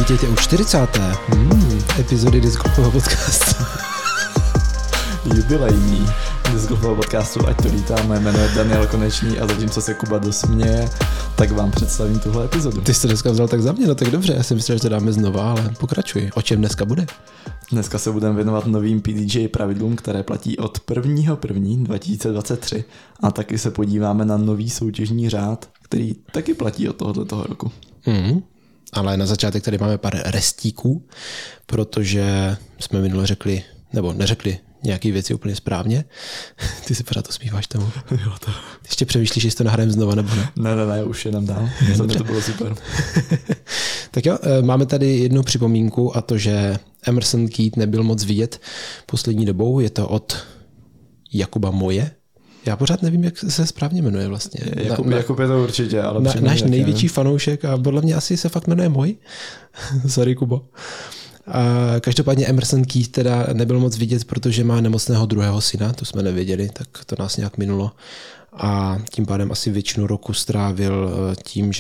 Vítejte u 40. epizody discgolfového podcastu. Jubilejní discgolfového podcastu, ať to lítá. Moje jméno je Daniel Konečný a zatímco se Kuba dosměje, tak vám představím tuhle epizodu. Ty jsi to dneska vzal tak za mě, no tak dobře, já si myslím, že to dáme znova, ale pokračuj. O čem dneska bude? Dneska se budeme věnovat novým PDGA pravidlům, které platí od 1.1.2023 a taky se podíváme na nový soutěžní řád, který taky platí od tohoto roku. Ale na začátek tady máme pár restíků, protože jsme minule řekli, nebo neřekli nějaké věci úplně správně. Ty si pořád usmíváš tomu. Jo, to. Ještě přemýšlíš, jestli to nahrajeme znova, nebo ne? Ne, už jenom dál. Za mě to bylo super. Tak jo, máme tady jednu připomínku a to, že Emerson Keat nebyl moc vidět poslední dobou. Je to od Jakuba Moje. Já pořád nevím, jak se správně jmenuje vlastně. Jakub je to určitě, ale náš největší fanoušek a podle mě asi se fakt jmenuje Moj. Sorry, Kubo. A každopádně Emerson Keat teda nebyl moc vidět, protože má nemocného druhého syna, to jsme nevěděli, tak to nás nějak minulo. A tím pádem asi většinu roku strávil tím,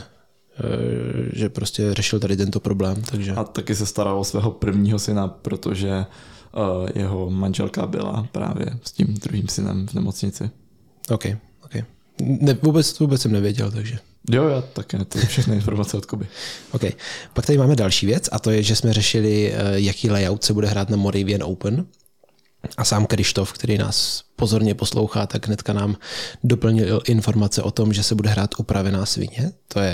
že prostě řešil tady tento problém. Takže... A taky se staral o svého prvního syna, protože jeho manželka byla právě s tím druhým synem v nemocnici. OK. Vůbec jsem nevěděl, takže... Jo, já také, to je všechny informace od Kuby. OK. Pak tady máme další věc a to je, že jsme řešili, jaký layout se bude hrát na Moravian Open. A sám Krištof, který nás pozorně poslouchá, tak hnedka nám doplnil informace o tom, že se bude hrát upravená svině.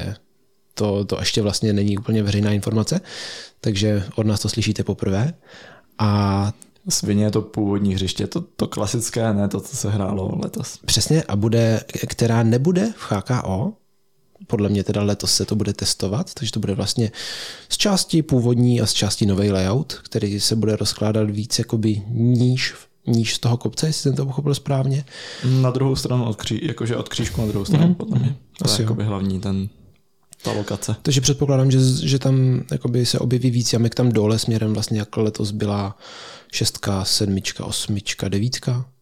To ještě vlastně není úplně veřejná informace, takže od nás to slyšíte poprvé. A svině je to původní hřiště, to klasické, ne to, co se hrálo letos. Přesně, a která nebude v HKO, podle mě teda letos se to bude testovat, takže to bude vlastně z části původní a z části nový layout, který se bude rozkládat víc jakoby níž z toho kopce, jestli jsem to pochopil správně. Na druhou stranu jakože od křížku na druhou stranu, podle mě. To je jakoby hlavní ta lokace. Takže předpokládám, že tam jakoby se objeví víc jamek tam dole směrem vlastně, jak letos byla 6, 7, 8, 9.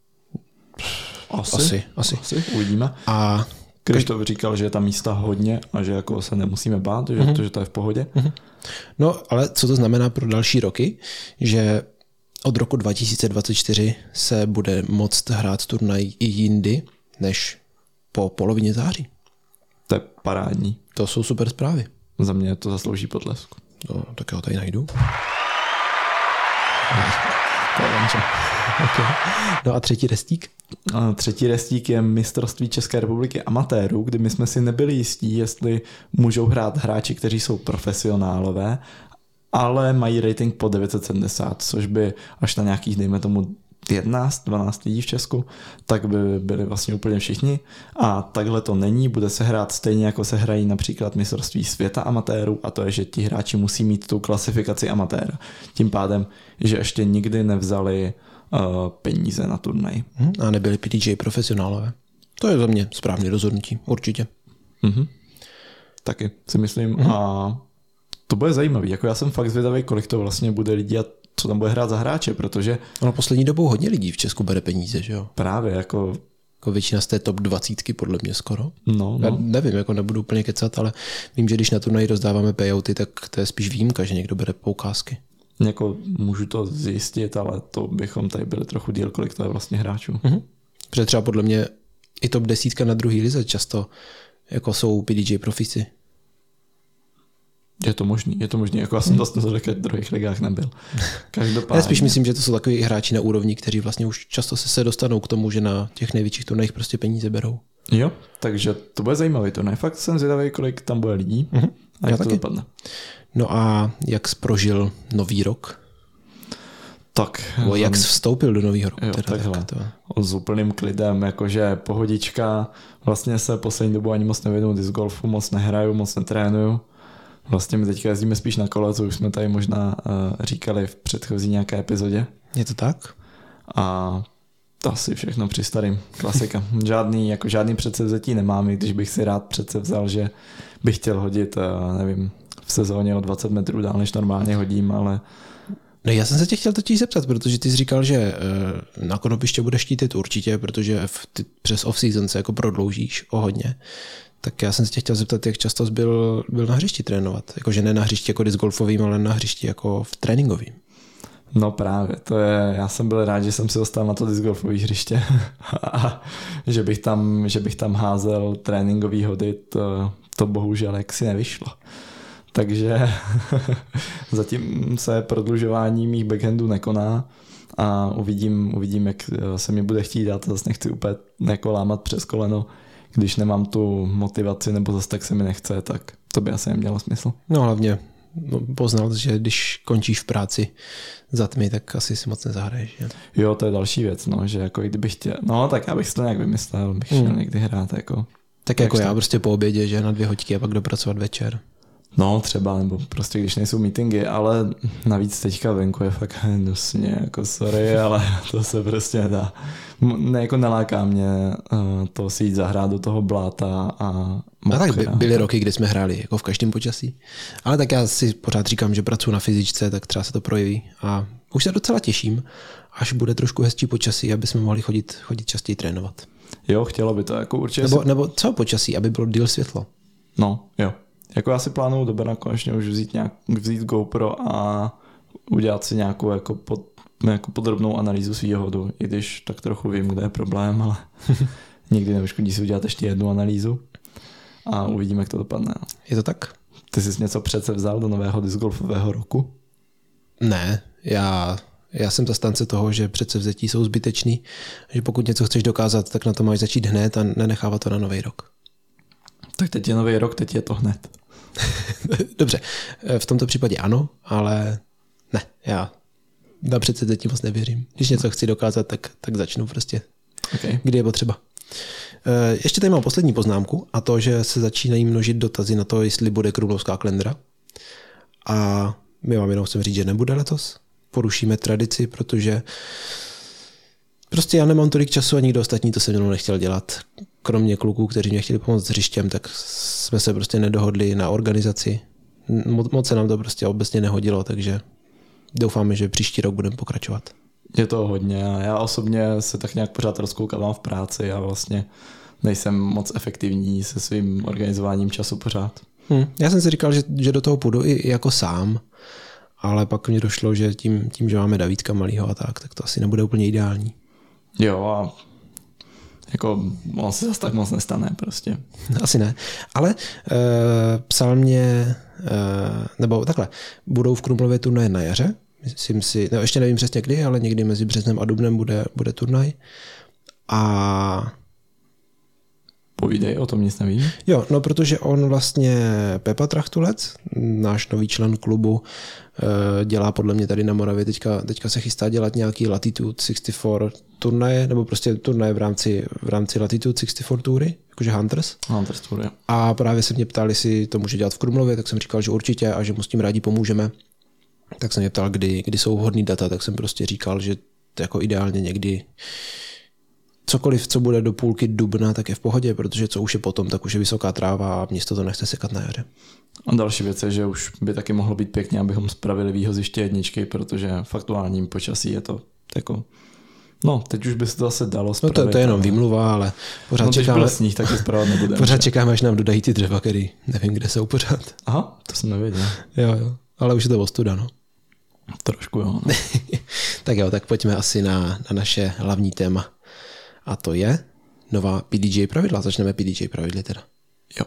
Asi. Uvidíme. A Krištof říkal, že je tam místa hodně a že jako se nemusíme bát, že to je v pohodě. No, ale co to znamená pro další roky? Že od roku 2024 se bude moct hrát turnaj i jindy, než po polovině září. To je parádní. To jsou super zprávy. Za mě to zaslouží potlesk. No, tak já ho tady najdu. Okay. No a třetí restík? Třetí restík je mistrovství České republiky amatérů, kdy my jsme si nebyli jistí, jestli můžou hrát hráči, kteří jsou profesionálové, ale mají rating po 970, což by až na nějakých, dejme tomu, 12 lidí v Česku, tak by byli vlastně úplně všichni. A takhle to není, bude se hrát stejně, jako se hrají například mistrovství světa amatérů, a to je, že ti hráči musí mít tu klasifikaci amatéra. Tím pádem, že ještě nikdy nevzali peníze na turnaj. A nebyli PDGA profesionálové. To je za mě správné rozhodnutí, určitě. Taky si myslím. A to bude zajímavý. Jako já jsem fakt zvědavý, kolik to vlastně bude lidí a co tam bude hrát za hráče, protože... No poslední dobou hodně lidí v Česku bere peníze, že jo? Právě, jako většina z té top 20 podle mě skoro. No. Já nevím, jako nebudu úplně kecat, ale vím, že když na turnaji rozdáváme payouty, tak to je spíš výjimka, že někdo bere poukázky. Jako můžu to zjistit, ale to bychom tady byli trochu díl, kolik to je vlastně hráčů. Protože třeba podle mě i top 10 na druhý lize často jako jsou PDGA profici. Je to možný, jako já jsem vlastně v druhých ligách nebyl. Každopádně. Já spíš myslím, že to jsou takový hráči na úrovni, kteří vlastně už často se dostanou k tomu, že na těch největších turnajích prostě peníze berou. Jo, takže to bude zajímavý turnaj. Fakt jsem zvědavý, kolik tam bude lidí a jak to dopadne. No a jak jsi prožil nový rok? Tak. Jak jsi vstoupil do nového roku? Jo, takhle. S úplným klidem, jakože pohodička. Vlastně se poslední dobu ani moc nevěnu disc golfu, moc nehraju, moc netrénuju. Vlastně my teďka jezdíme spíš na kole, co už jsme tady možná říkali v předchozí nějaké epizodě. Je to tak? A to asi všechno při starým. Klasika. Žádný předsevzetí nemám, i když bych si rád předsevzal, že bych chtěl hodit, nevím, v sezóně o 20 metrů dál, než normálně hodím, ale... No já jsem se tě chtěl totiž zeptat, protože ty jsi říkal, že na konopiště budeš štítit určitě, protože přes off-season se jako prodloužíš o hodně. Tak já jsem se tě chtěl zeptat, jak často jsi byl na hřišti trénovat. Jakože ne na hřišti jako disc golfovým, ale na hřišti jako v tréninkovým. No právě, já jsem byl rád, že jsem si dostal na to disc golfové hřiště a že bych tam házel tréninkový hody, to bohužel jaksi nevyšlo. Takže zatím se prodlužování mých backhandů nekoná a uvidím, jak se mi bude chtít dát. Zase nechci úplně lámat přes koleno, když nemám tu motivaci nebo zase tak se mi nechce, tak to by asi nemělo smysl. No hlavně poznal, že když končíš v práci za tmy, tak asi si moc nezahraješ. Že? Jo, to je další věc, no, že jako kdybych chtěl, no tak já bych si to nějak vymyslel, bych šel někdy hrát jako. Tak jako já prostě po obědě, že na 2 hodiny a pak dopracovat večer. No třeba, nebo prostě když nejsou meetingy, ale navíc teďka venku je fakt hnusně, jako sorry, ale to se prostě nedá. Jako neláká mě to si jít zahrát do toho bláta a mokra. A tak byly roky, kdy jsme hráli jako v každém počasí. Ale tak já si pořád říkám, že pracuji na fyzičce, tak třeba se to projeví. A už se docela těším, až bude trošku hezčí počasí, aby jsme mohli chodit častěji trénovat. Jo, chtělo by to, jako určitě. Nebo co počasí, aby bylo díl světlo. No, jo. Jako já si plánuju do Brna konečně už vzít GoPro a udělat si nějakou jako podrobnou analýzu svýho hodu, i když tak trochu vím, kde je problém, ale nikdy neuškodí si udělat ještě jednu analýzu a uvidíme, jak to dopadne. Je to tak? Ty jsi něco přece vzal do nového disc golfového roku? Ne, já jsem zastánce toho, že předsevzetí jsou zbytečný, že pokud něco chceš dokázat, tak na to máš začít hned a nenechávat to na nový rok. Tak teď je nový rok, teď je to hned. Dobře, v tomto případě ano, ale ne, já na předsevzetí moc nevěřím. Když něco chci dokázat, tak začnu prostě, kdy je potřeba. Ještě tady mám poslední poznámku a to, že se začínají množit dotazy na to, jestli bude krumlovská kalendra. A my vám jenom chceme říct, že nebude letos. Porušíme tradici, protože prostě já nemám tolik času a nikdo ostatní to se mnou nechtěl dělat. Kromě kluků, kteří mě chtěli pomoct s hřištěm, tak jsme se prostě nedohodli na organizaci. Moc se nám to prostě obecně nehodilo, takže doufáme, že příští rok budeme pokračovat. Je to hodně a já osobně se tak nějak pořád rozkoukávám v práci a vlastně nejsem moc efektivní se svým organizováním času pořád. Já jsem si říkal, že do toho půjdu i jako sám, ale pak mi došlo, že tím, že máme Davídka malýho a tak to asi nebude úplně ideální. Jo a jako on se zase tak moc nestane prostě. Asi ne, ale psal mě, nebo takhle, budou v Krumlově turnaje na jaře, myslím si, no ještě nevím přesně kdy, ale někdy mezi březnem a dubnem bude turnaj a povídej, o tom nic nevím. Jo, no protože on vlastně, Pepa Trachtulec, náš nový člen klubu, dělá podle mě tady na Moravě, teďka se chystá dělat nějaký Latitude 64 turnaje, nebo prostě turnaje v rámci Latitude 64 tury, jakože Hunters. Hunters tury. A právě se mě ptali, jestli to může dělat v Krumlově, tak jsem říkal, že určitě a že mu s tím rádi pomůžeme. Tak jsem mě ptal, kdy jsou vhodný data, tak jsem prostě říkal, že to jako ideálně někdy cokoliv, co bude do půlky dubna, tak je v pohodě, protože co už je potom, tak už je vysoká tráva a město to nechce sekat na jaře. A další věc je, že už by taky mohlo být pěkně, abychom spravili výhoziště jedničky, protože v aktuálním počasí je to jako... No, teď už by se to zase dalo spravit. No to je jenom výmluva, ale pořád čekáme... sníh, tak to spravovat nebudeme. Pořád čekáme, až nám dodají ty dřeva, který nevím, kde jsou pořád. Aha, to jsem nevěděl. Jo, ale už je to ostuda, no. Trošku, jo. No. Tak jo, tak pojďme asi na naše hlavní téma. A to je nová PDGA pravidla. Začneme PDGA pravidly teda. Jo.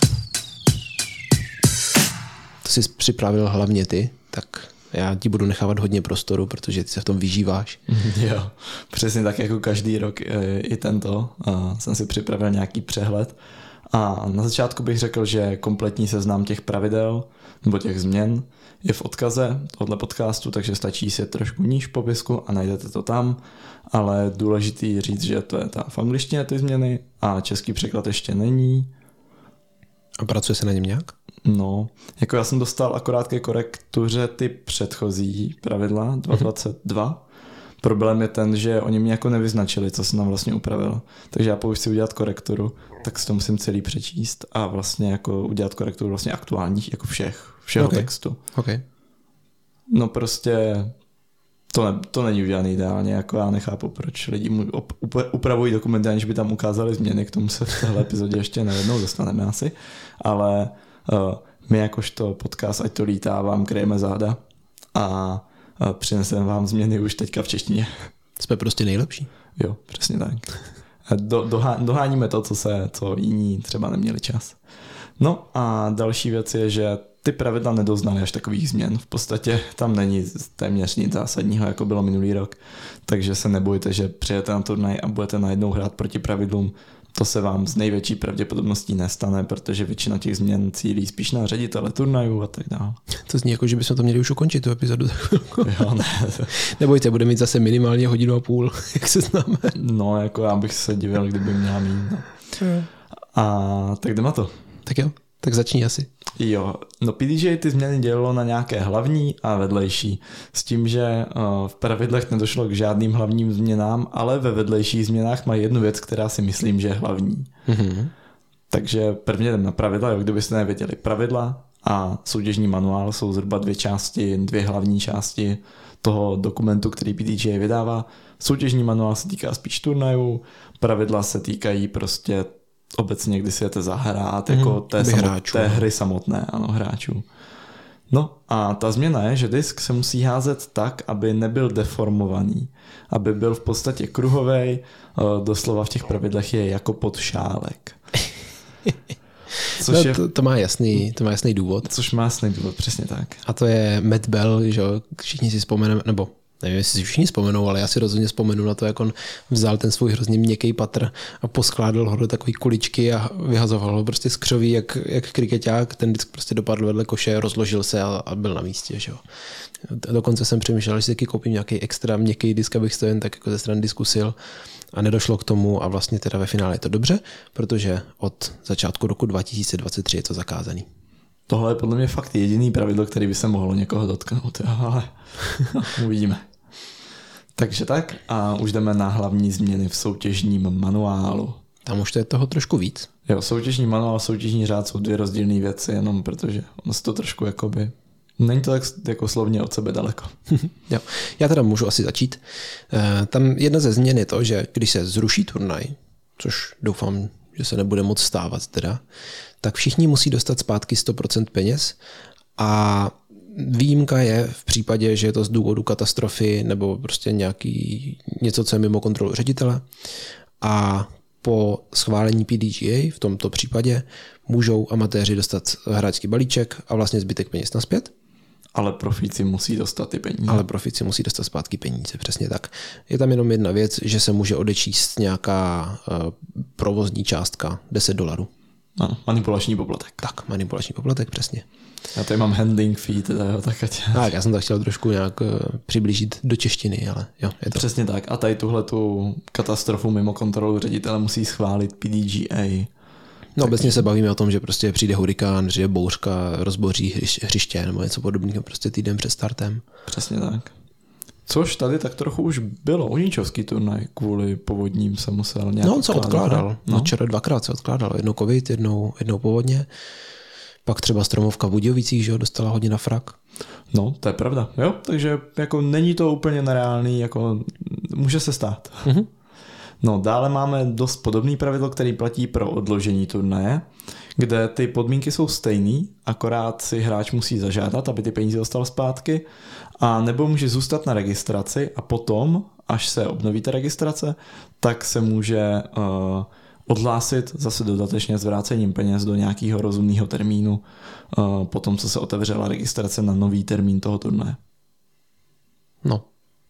To jsi připravil hlavně ty, tak já ti budu nechávat hodně prostoru, protože ty se v tom vyžíváš. Jo, přesně tak jako každý rok i tento. Jsem si připravil nějaký přehled. A na začátku bych řekl, že kompletní seznam těch pravidel nebo těch změn je v odkaze tohle podcastu, takže stačí si trošku níž v popisku a najdete to tam, ale důležitý říct, že to je v angličtině ty změny a český překlad ještě není. A pracuje se na něm nějak? No, jako já jsem dostal akorát ke korektuře ty předchozí pravidla 222. Problém je ten, že oni mě jako nevyznačili, co se nám vlastně upravilo. Takže já pokud chci udělat korekturu, tak si to musím celý přečíst a vlastně jako udělat korekturu vlastně aktuálních, jako všeho textu. Okay. No prostě To není udělané ideálně, jako já nechápu, proč lidi upravují dokumenty, aniž by tam ukázali změny, k tomu se v téhle epizodě ještě nejednou dostaneme asi, ale my jakožto podcast Ať to lítá vám kryjeme záda a přineseme vám změny už teďka v češtině. Jsme prostě nejlepší. Jo, přesně tak. Doháníme to, co jiní třeba neměli čas. No a další věc je, že ty pravidla nedoznaly až takových změn. V podstatě tam není téměř nic zásadního, jako bylo minulý rok. Takže se nebojte, že přijete na turnaj a budete najednou hrát proti pravidlům. To se vám z největší pravděpodobností nestane, protože většina těch změn cílí spíš na ředitele turnajů a tak dále. To zní jako, že bychom to měli už ukončit, tu epizodu. Jo, ne. Nebojte, bude mít zase minimálně 1,5 hodiny, jak se známe. No, jako já bych se divil, kdyby měla mít. No. A tak jdeme na to. Tak jo, tak začni asi. Jo, no PDGA ty změny dělalo na nějaké hlavní a vedlejší. S tím, že v pravidlech nedošlo k žádným hlavním změnám, ale ve vedlejších změnách má jednu věc, která si myslím, že je hlavní. Mm-hmm. Takže prvně jdem na pravidla, jo, kdybyste nevěděli. Pravidla a soutěžní manuál jsou zhruba 2 části, 2 hlavní části toho dokumentu, který PDGA vydává. Soutěžní manuál se týká spíš turnajů, pravidla se týkají prostě obecně, kdy si jdete zahrát, jako té hry samotné, ano, hráčů. No a ta změna je, že disk se musí házet tak, aby nebyl deformovaný, aby byl v podstatě kruhovej, doslova v těch pravidlech je jako pod šálek. Což to má jasný důvod. Což má jasný důvod, přesně tak. A to je Matt Bell, že všichni si vzpomeneme, nebo nevím, jestli si všichni vzpomenou, ale já si rozhodně vzpomenu na to, jak on vzal ten svůj hrozně měkký patr a poskládal ho do takové kuličky a vyhazoval ho prostě z křoví, jak krikeťák. Ten disk prostě dopadl vedle koše, rozložil se a byl na místě. Že jo. Dokonce jsem přemýšlel, že si taky koupím nějaký extra měkký disk, abych to jen tak jako ze strany diskusil. A nedošlo k tomu a vlastně teda ve finále je to dobře, protože od začátku roku 2023 je to zakázaný. Tohle je podle mě fakt jediný pravidlo, který by se mohlo někoho dotknout, ale uvidíme. Takže tak a už jdeme na hlavní změny v soutěžním manuálu. Tam už to je toho trošku víc. Jo, soutěžní manuál a soutěžní řád jsou 2 rozdílné věci, jenom protože ono se to trošku jakoby... Není to tak jako slovně od sebe daleko. Jo, já teda můžu asi začít. Tam jedna ze změn je to, že když se zruší turnaj, což doufám, že se nebude moc stávat teda, tak všichni musí dostat zpátky 100% peněz a výjimka je v případě, že je to z důvodu katastrofy nebo prostě něco, co je mimo kontrolu ředitele a po schválení PDGA v tomto případě můžou amatéři dostat hráčský balíček a vlastně zbytek peněz nazpět. Ale profíci musí dostat ty peníze. Ale profíci musí dostat zpátky peníze, přesně tak. Je tam jenom jedna věc, že se může odečíst nějaká provozní částka $10. Ano, manipulační poplatek. Tak, manipulační poplatek, přesně. Já tady mám handling fee, teda jo, tak já jsem to chtěl trošku nějak přiblížit do češtiny, ale jo, je to. Přesně tak. A tady tuhletu katastrofu mimo kontrolu ředitele musí schválit PDGA. No obecně se bavíme o tom, že prostě přijde hurikán, přijde bouřka, rozboří hřiště nebo něco podobného prostě týden před startem. Přesně tak. Což tady tak trochu už bylo. Uničovský turnaj kvůli povodním se musel nějak odkládal. No, včera 2krát se odkládal. Jednou covid, jednou povodně. Pak třeba Stromovka v Budějovicích, že jo, dostala hodně na frak. No, to je pravda. Jo, takže jako není to úplně nereálný, jako může se stát. Mm-hmm. No, dále máme dost podobný pravidlo, který platí pro odložení turnaje, kde ty podmínky jsou stejný, akorát si hráč musí zažádat, aby ty peníze dostal zpátky, a nebo může zůstat na registraci a potom, až se obnoví ta registrace, tak se může odhlásit zase dodatečně s vrácením peněz do nějakého rozumného termínu, potom, co se otevřela registrace na nový termín toho turnaje. No.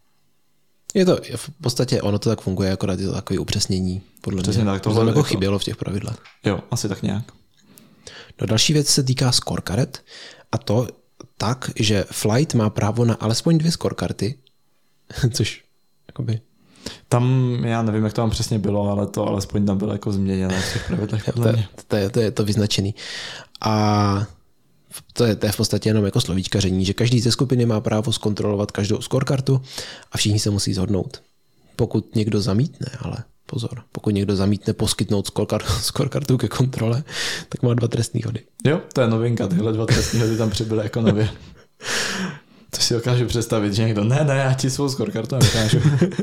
Je to v podstatě, ono to tak funguje, akorát je to takové upřesnění, podle mě. Tak, to jako chybělo v těch pravidlech. Jo, asi tak nějak. No, další věc se týká scorecard a to tak, že Flight má právo na alespoň 2 scorekarty, což jakoby... Tam, já nevím, jak to tam přesně bylo, ale to alespoň tam bylo jako změněné v těch pravidlech. To je to vyznačený. A to je v podstatě jenom jako slovíčkaření, že každý ze skupiny má právo zkontrolovat každou scorekartu a všichni se musí shodnout. Pokud někdo zamítne, ale pozor, pokud někdo zamítne poskytnout scorekartu ke kontrole, tak má 2 trestní hody. Jo, to je novinka, tyhle 2 trestní hody tam přibyly jako nově. To si dokážu představit, že někdo, ne, já ti svou scorekartu neukážu.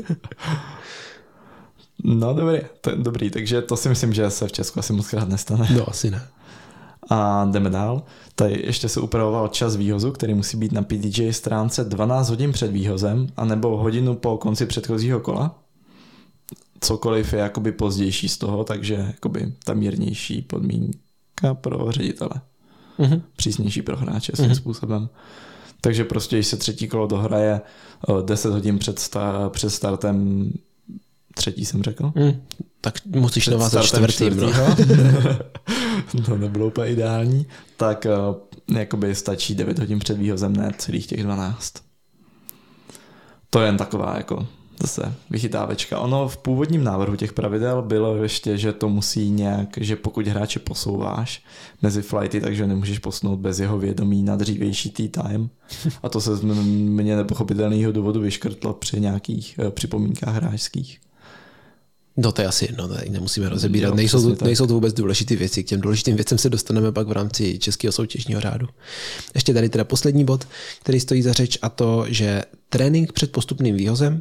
No dobrý, takže to si myslím, že se v Česku asi moc krát nestane. No asi ne. A jdeme dál. Tady ještě se upravoval čas výhozu, který musí být na PDJ stránce 12 hodin před výhozem, anebo hodinu po konci předchozího kola. Cokoliv je jakoby pozdější z toho, takže jakoby ta mírnější podmínka pro ředitele. Přísnější pro hráče svým způsobem. Takže prostě, když se třetí kolo dohraje 10 hodin před startem, třetí jsem řekl? Tak musíš navázat čtvrtým. No. To nebylo úplně ideální. Tak jakoby stačí 9 hodin před výhozem, ne celých těch 12. To je jen taková jako zase vychytávečka. Ono v původním návrhu těch pravidel bylo ještě, že to musí nějak, že pokud hráče posouváš mezi flighty, takže nemůžeš posunout bez jeho vědomí na dřívější tee time. A to se z mě nepochopitelného důvodu vyškrtlo při nějakých připomínkách hráčských. No to je asi jedno, tady nemusíme rozebírat. Nejsou to vůbec důležité věci. K těm důležitým věcem se dostaneme pak v rámci českého soutěžního řádu. Ještě tady teda poslední bod, který stojí za řeč, a to, že trénink před postupným výhozem,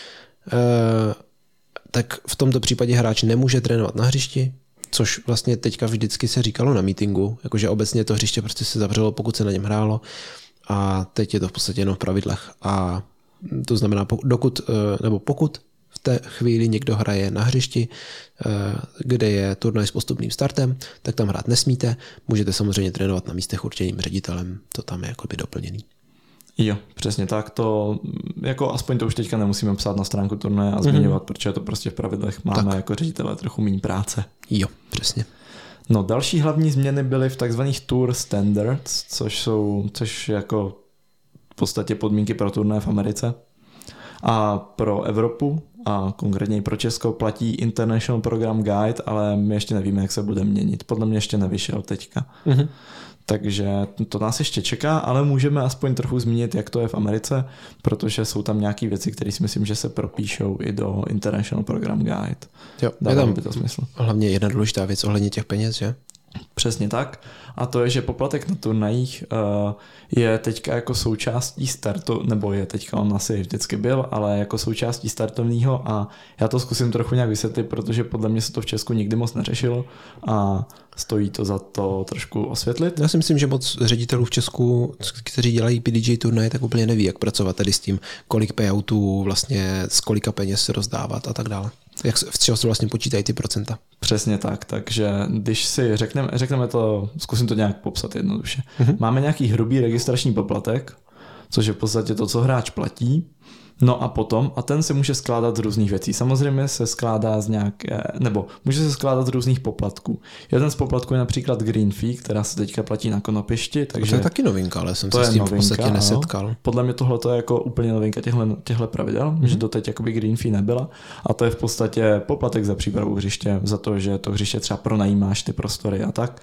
tak v tomto případě hráč nemůže trénovat na hřišti, což vlastně teďka vždycky se říkalo na meetingu, jakože obecně to hřiště prostě se zavřelo, pokud se na něm hrálo, a teď je to v podstatě jenom v pravidlech. A to znamená, pokud v té chvíli někdo hraje na hřišti, kde je turnaj s postupným startem, tak tam hrát nesmíte. Můžete samozřejmě trénovat na místech určeným ředitelem, to tam je jakoby doplněný. Jo, přesně tak. To jako aspoň to už teďka nemusíme psát na stránku turnaje a zmiňovat, protože to prostě v pravidlech máme tak. Jako ředitele trochu méně práce. Jo, přesně. No, další hlavní změny byly v takzvaných Tour Standards, což jako v podstatě podmínky pro turnaje v Americe. A pro Evropu a konkrétně i pro Česko platí International Program Guide, ale my ještě nevíme, jak se bude měnit. Podle mě ještě nevyšel teďka. Takže to nás ještě čeká, ale můžeme aspoň trochu zmínit, jak to je v Americe, protože jsou tam nějaké věci, které si myslím, že se propíšou i do International Program Guide. Jo, je tam to smysl. Hlavně jedna důležitá věc ohledně těch peněz, že? Přesně tak. A to je, že poplatek na turnajích je teďka jako součástí startu, nebo je teďka, on asi vždycky byl, ale jako součástí startovního, a já to zkusím trochu nějak vysvětlit, protože podle mě se to v Česku nikdy moc neřešilo a stojí to za to trošku osvětlit. Já si myslím, že moc ředitelů v Česku, kteří dělají PDJ turnaje, tak úplně neví, jak pracovat tady s tím, kolik payoutů vlastně, z kolika peněz se rozdávat a tak dále. V čeho se vlastně počítají ty procenta. Přesně tak, takže když si řekneme to, zkusím to nějak popsat jednoduše. Máme nějaký hrubý registrační poplatek, což je v podstatě to, co hráč platí. No a ten se může skládat z různých věcí. Samozřejmě se skládá může se skládat z různých poplatků. Jeden z poplatků je například green fee, která se teďka platí na konopišti. Takže to je taky novinka, ale jsem se s tím v podstatě nesetkal. Ano. Podle mě tohle je jako úplně novinka těchto pravidel, že doteď jakoby green fee nebyla. A to je v podstatě poplatek za přípravu hřiště, za to, že to hřiště třeba pronajímáš ty prostory a tak.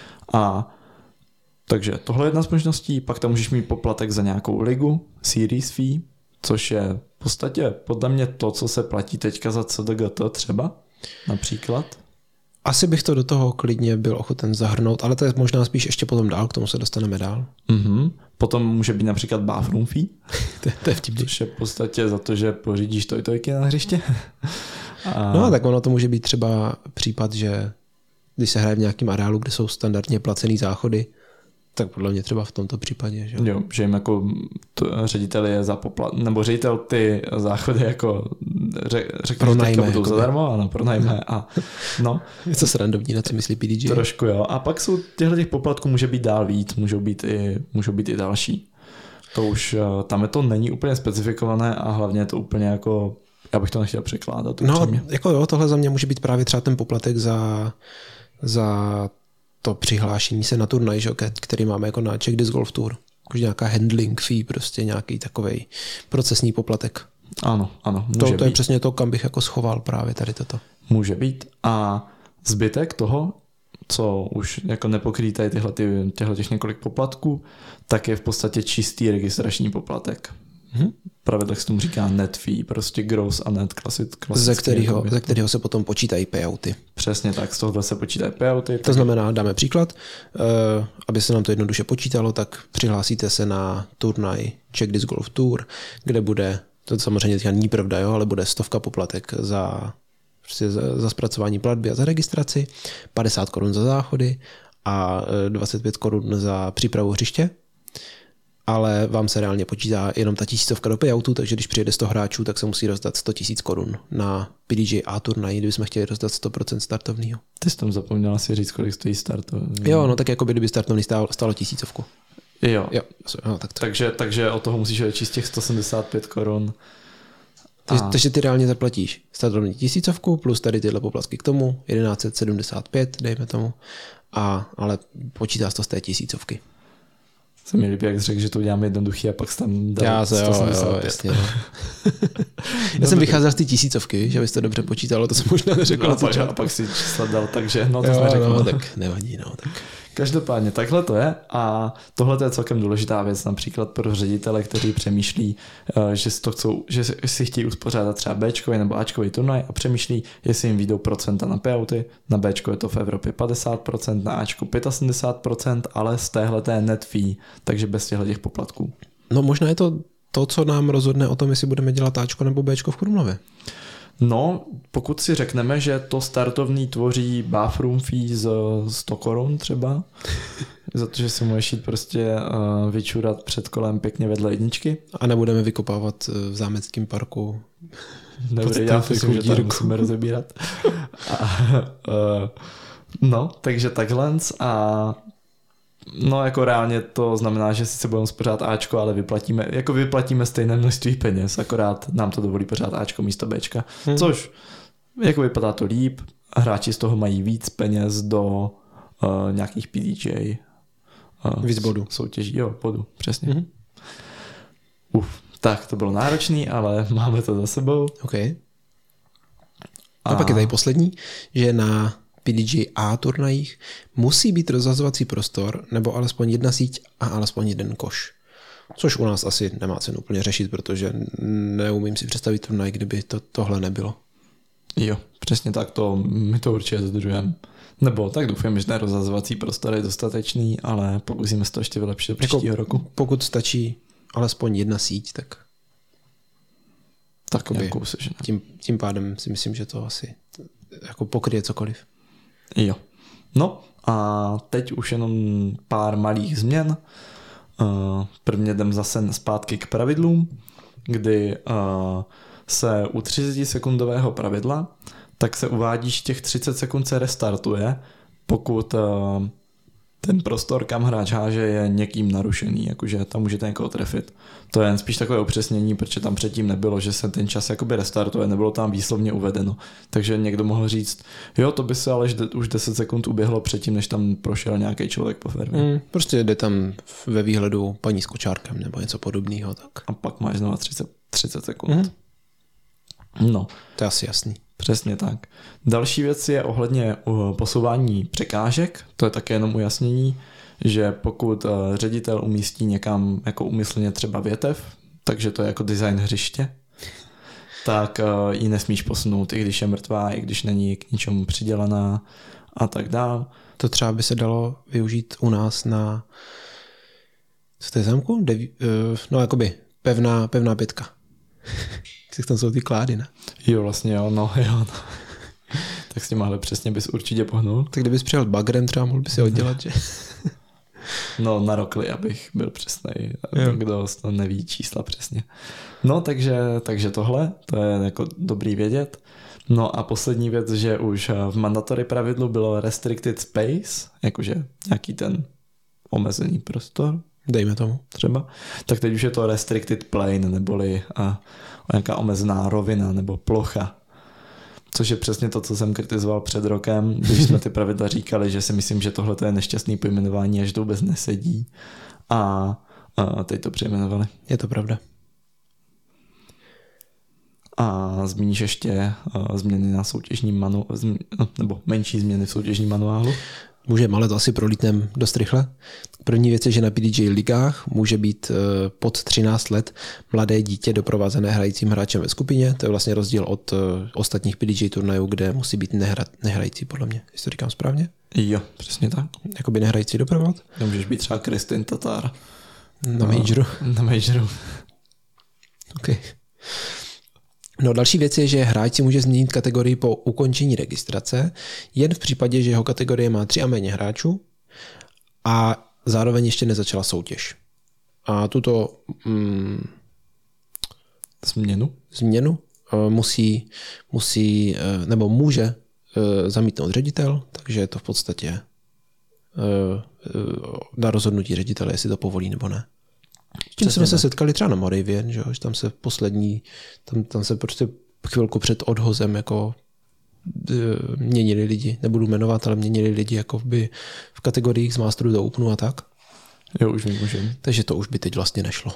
Takže tohle je jedna z možností. Pak tam můžeš mít poplatek za nějakou ligu, series fee, což je v podstatě podle mě to, co se platí teďka za CDGT třeba, například. Asi bych to do toho klidně byl ochoten zahrnout, ale to je možná spíš ještě potom dál, k tomu se dostaneme dál. Potom může být například bathroom fee. To je vtipný. Což je v podstatě za to, že pořídíš tojtojky na hřiště. No tak ono to může být třeba případ, že když se hraje v nějakém areálu, kde jsou standardně placený záchody, tak podle mě třeba v tomto případě. Že? Jo, že jim jako ředitel je za nebo ředitel ty záchody jako řekne, že teďka budou zadarmo, ano, pronajme a no. Je to srandovní, na co myslí PDJ. Trošku jo. A pak jsou těch poplatků může být dál víc, můžou být i další. To už, tam je to není úplně specifikované a hlavně je to úplně jako, já bych to nechtěl překládat. No, jako jo, tohle za mě může být právě třeba ten poplatek za to přihlášení se na turnaj, který máme jako na Czech Disc Golf Tour. Už nějaká handling fee, prostě nějaký takovej procesní poplatek. Ano, může být. To je přesně to, kam bych jako schoval právě tady toto. Může být. A zbytek toho, co už jako nepokryjí těch několik poplatků, tak je v podstatě čistý registrační poplatek. pravidlech se tomu říká net fee, prostě gross a net klasický. Ze kterého se potom počítají payouty. Přesně tak, z tohohle se počítají payouty. To znamená, dáme příklad, aby se nám to jednoduše počítalo, tak přihlásíte se na turnaj Czech Disc Golf Tour, kde bude, to samozřejmě teďka není pravda, jo, ale bude 100 poplatek za zpracování platby a za registraci, 50 korun za záchody a 25 korun za přípravu hřiště. Ale vám se reálně počítá jenom ta 1000 do payoutu, takže když přijede 100 hráčů, tak se musí rozdat 100 000 korun na PDGA turnaji, kdybychom chtěli rozdat 100% startovního. Ty jsi tam zapomněla si říct, kolik stojí startovní. Jo, no tak jako kdyby startovní stálo 1000. Jo. No, tak to. Takže od toho musíš odečíst těch 175 korun. Takže ty reálně zaplatíš startovní 1000 plus tady tyhle poplatky k tomu, 1175, dejme tomu, ale počítá se to z té 1000. Se mi líbí, jak jsi řekl, že to uděláme jednoduchý a pak se tam dá 175. Jasně, no. Já jsem vycházel z té 1000, že byste dobře počítalo, to jsem možná neřekl. No, a pak si čísla dal, takže to jsme řekli. No, tak nevadí, no. Tak. Každopádně takhle to je a tohle je celkem důležitá věc, například pro ředitele, kteří přemýšlí, že si chtějí uspořádat třeba Bčkový nebo Ačkový turnaj a přemýšlí, jestli jim vyjdou procenta na payouty, na Bčko je to v Evropě 50%, na Ačku 75%, ale z téhleté net fee, takže bez těch poplatků. No možná je to, co nám rozhodne o tom, jestli budeme dělat Ačko nebo Bčko v Krumlově. No, pokud si řekneme, že to startovní tvoří bathroom fee z 100 korun třeba, za to, že si můžeš jít prostě vyčurat před kolem pěkně vedle jedničky. A nebudeme vykopávat v zámeckém parku. Dobrý, já myslím, že to musíme rozebírat. No, takže takhle a no jako reálně to znamená, že sice budeme pořád Ačko, ale vyplatíme stejné množství peněz, akorát nám to dovolí pořád Ačko místo Bčka, což jako vypadá to líp, hráči z toho mají víc peněz do nějakých PDGA víc bodů. Soutěží, bodů, přesně. Tak, to bylo náročný, ale máme to za sebou. OK. A pak je tady poslední, že na PDGA turnajích musí být rozhazovací prostor nebo alespoň jedna síť a alespoň jeden koš. Což u nás asi nemá cenu úplně řešit, protože neumím si představit turnaj, kdyby tohle nebylo. Jo, přesně tak, my to určitě dodržujeme. Nebo tak doufám, že ten rozhazovací prostor je dostatečný, ale pokusíme se to ještě vylepšit do příštího roku. Pokud stačí alespoň jedna síť, tak tím pádem si myslím, že to asi jako pokryje cokoliv. Jo. No a teď už jenom pár malých změn. Prvně jdem zase zpátky k pravidlům, kdy se u 30-sekundového pravidla tak se uvádí, že těch 30 sekund se restartuje, pokud ten prostor, kam hráč háže, je někým narušený, jakože tam můžete někoho trefit. To je jen spíš takové upřesnění, protože tam předtím nebylo, že se ten čas jakoby restartuje, nebylo tam výslovně uvedeno. Takže někdo mohl říct, jo, to by se ale už 10 sekund uběhlo předtím, než tam prošel nějaký člověk po farmě. Prostě jde tam ve výhledu paní s kočárkem nebo něco podobného. Tak. A pak máš znova 30 sekund. No. To je asi jasný. Přesně tak. Další věc je ohledně posouvání překážek, to je také jenom ujasnění, že pokud ředitel umístí někam jako úmyslně třeba větev, takže to je jako design hřiště, tak ji nesmíš posunout, i když je mrtvá, i když není k ničemu přidělaná a tak dál. To třeba by se dalo využít u nás na co to je zámku? No jakoby pevná pětka. Tam jsou ty klády, ne? Jo, vlastně jo. Tak s tím ale přesně bys určitě pohnul. Tak kdybys přijel bagrem, třeba mohl by si oddělat, že? No, na rokli, abych byl přesnej. Kdo neví čísla přesně. No, takže tohle, to je jako dobrý vědět. No a poslední věc, že už v mandatory pravidlu bylo restricted space, jakože nějaký ten omezený prostor. Dejme tomu. Třeba. Tak teď už je to restricted plane, neboli nějaká omezená rovina nebo plocha. Což je přesně to, co jsem kritizoval před rokem, když jsme ty pravidla říkali, že si myslím, že tohle je nešťastný pojmenování a že to vůbec nesedí. A teď to přejmenovali. Je to pravda. A zmíníš ještě změny na soutěžním manuálu, nebo menší změny v soutěžním manuálu? Můžeme, ale to asi prolítneme dost rychle. První věc je, že na PDJ ligách může být pod 13 let mladé dítě doprovázené hrajícím hráčem ve skupině. To je vlastně rozdíl od ostatních PDJ turnajů, kde musí být nehrající, podle mě. Jestli to říkám správně? Jo, přesně tak. Jakoby nehrající doprovod? Nemůžeš být třeba Kristin Tatar. Na majoru. Na majoru. OK. No, další věc je, že hráč si může změnit kategorii po ukončení registrace, jen v případě, že jeho kategorie má 3 a méně hráčů a zároveň ještě nezačala soutěž. A tuto změnu musí nebo může zamítnout ředitel, takže je to v podstatě na rozhodnutí ředitele, jestli to povolí nebo ne. Tím jsme se setkali třeba na Moravě, že tam se tam se prostě chvilku před odhozem jako měnili lidi, nebudu jmenovat, ale měnili lidi jako v kategoriích z Masteru do Openu a tak. Jo, už můžeme. Takže to už by teď vlastně nešlo.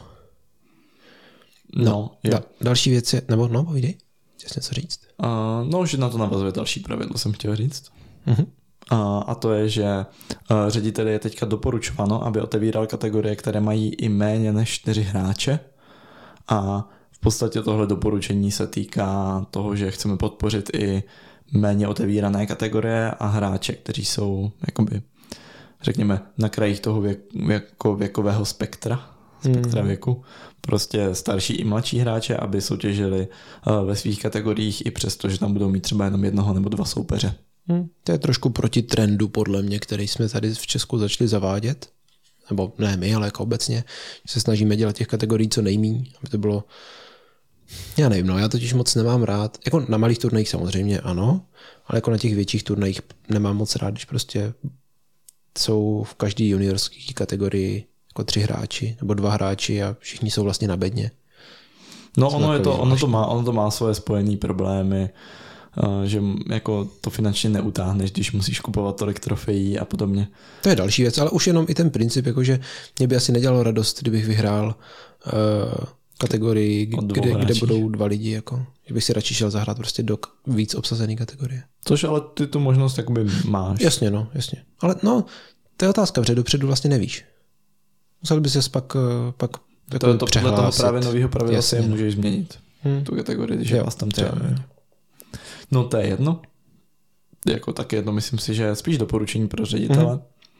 No další věc je, povídej, chtěl něco říct? No, že na to navazuje další pravidlo, jsem chtěl říct. Uh-huh. A to je, že řediteli je teďka doporučováno, aby otevíral kategorie, které mají i méně než 4 hráče. A v podstatě tohle doporučení se týká toho, že chceme podpořit i méně otevírané kategorie a hráče, kteří jsou jakoby, řekněme, na krajích toho věkového spektra věku. Prostě starší i mladší hráče, aby soutěžili ve svých kategoriích i přesto, že tam budou mít třeba jenom 1 nebo 2 soupeře. To je trošku proti trendu, podle mě, který jsme tady v Česku začali zavádět. Nebo ne my, ale jako obecně. Že se snažíme dělat těch kategorií co nejméně, aby to bylo... Já nevím, já totiž moc nemám rád. Jako na malých turnajích samozřejmě ano, ale jako na těch větších turnajích nemám moc rád, když prostě jsou v každé juniorské kategorii jako 3 hráči nebo 2 hráči a všichni jsou vlastně na bedně. No ono to má svoje spojené problémy, že jako to finančně neutáhneš, když musíš kupovat tolik trofejí a podobně. To je další věc, ale už jenom i ten princip, jakože mě by asi nedělalo radost, kdybych vyhrál kategorii, kde budou 2 lidi, jako, že bych si radši šel zahrát prostě do víc obsazený kategorie. Což ale ty tu možnost jakoby máš. Jasně. Ale to je otázka, protože dopředu vlastně nevíš. Musel by ses pak podle toho právě nového pravidla si můžeš změnit tu kategorii, když je vás tam třeba. No to je jedno. Jako tak jedno, myslím si, že spíš doporučení pro ředitele.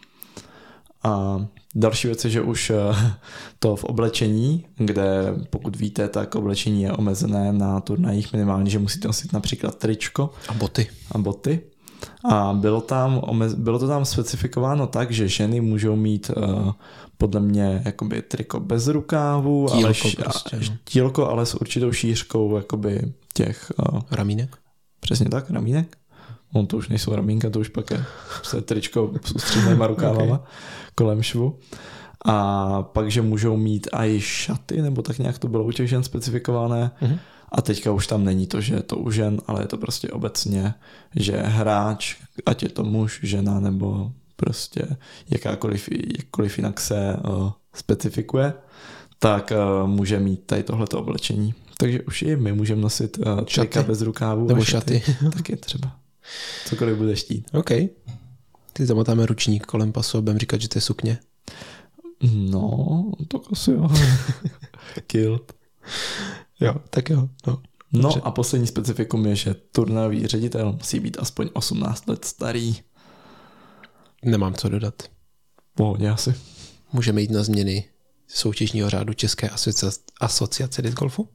A další věc je, že už to v oblečení, kde pokud víte, tak oblečení je omezené na turnajích minimálně, že musíte nosit například tričko. A boty. A bylo to tam specifikováno tak, že ženy můžou mít podle mě jakoby triko bez rukávu, tílko, ale s určitou šířkou jakoby těch ramínek. Přesně tak, ramínek. To už nejsou ramínka, to už pak je tričko s ústřednýma rukávama kolem švu. A pak, že můžou mít i šaty, nebo tak nějak to bylo u těch žen specifikované. A teďka už tam není to, že je to u žen, ale je to prostě obecně, že hráč, ať je to muž, žena nebo prostě jakkoliv jinak se specifikuje, tak může mít tady tohleto oblečení. Takže už i my můžeme nosit trika bez rukávu nebo šaty. Taky třeba. Cokoliv budeš chtít. OK. Ty zamotáme ručník kolem pasu a budeme říkat, že to je sukně. No, to asi jo. Kilt. Jo, tak jo. No a poslední specifikum je, že turnajový ředitel musí být aspoň 18 let starý. Nemám co dodat. Pohodě asi. Můžeme jít na změny soutěžního řádu České asociace disc golfu?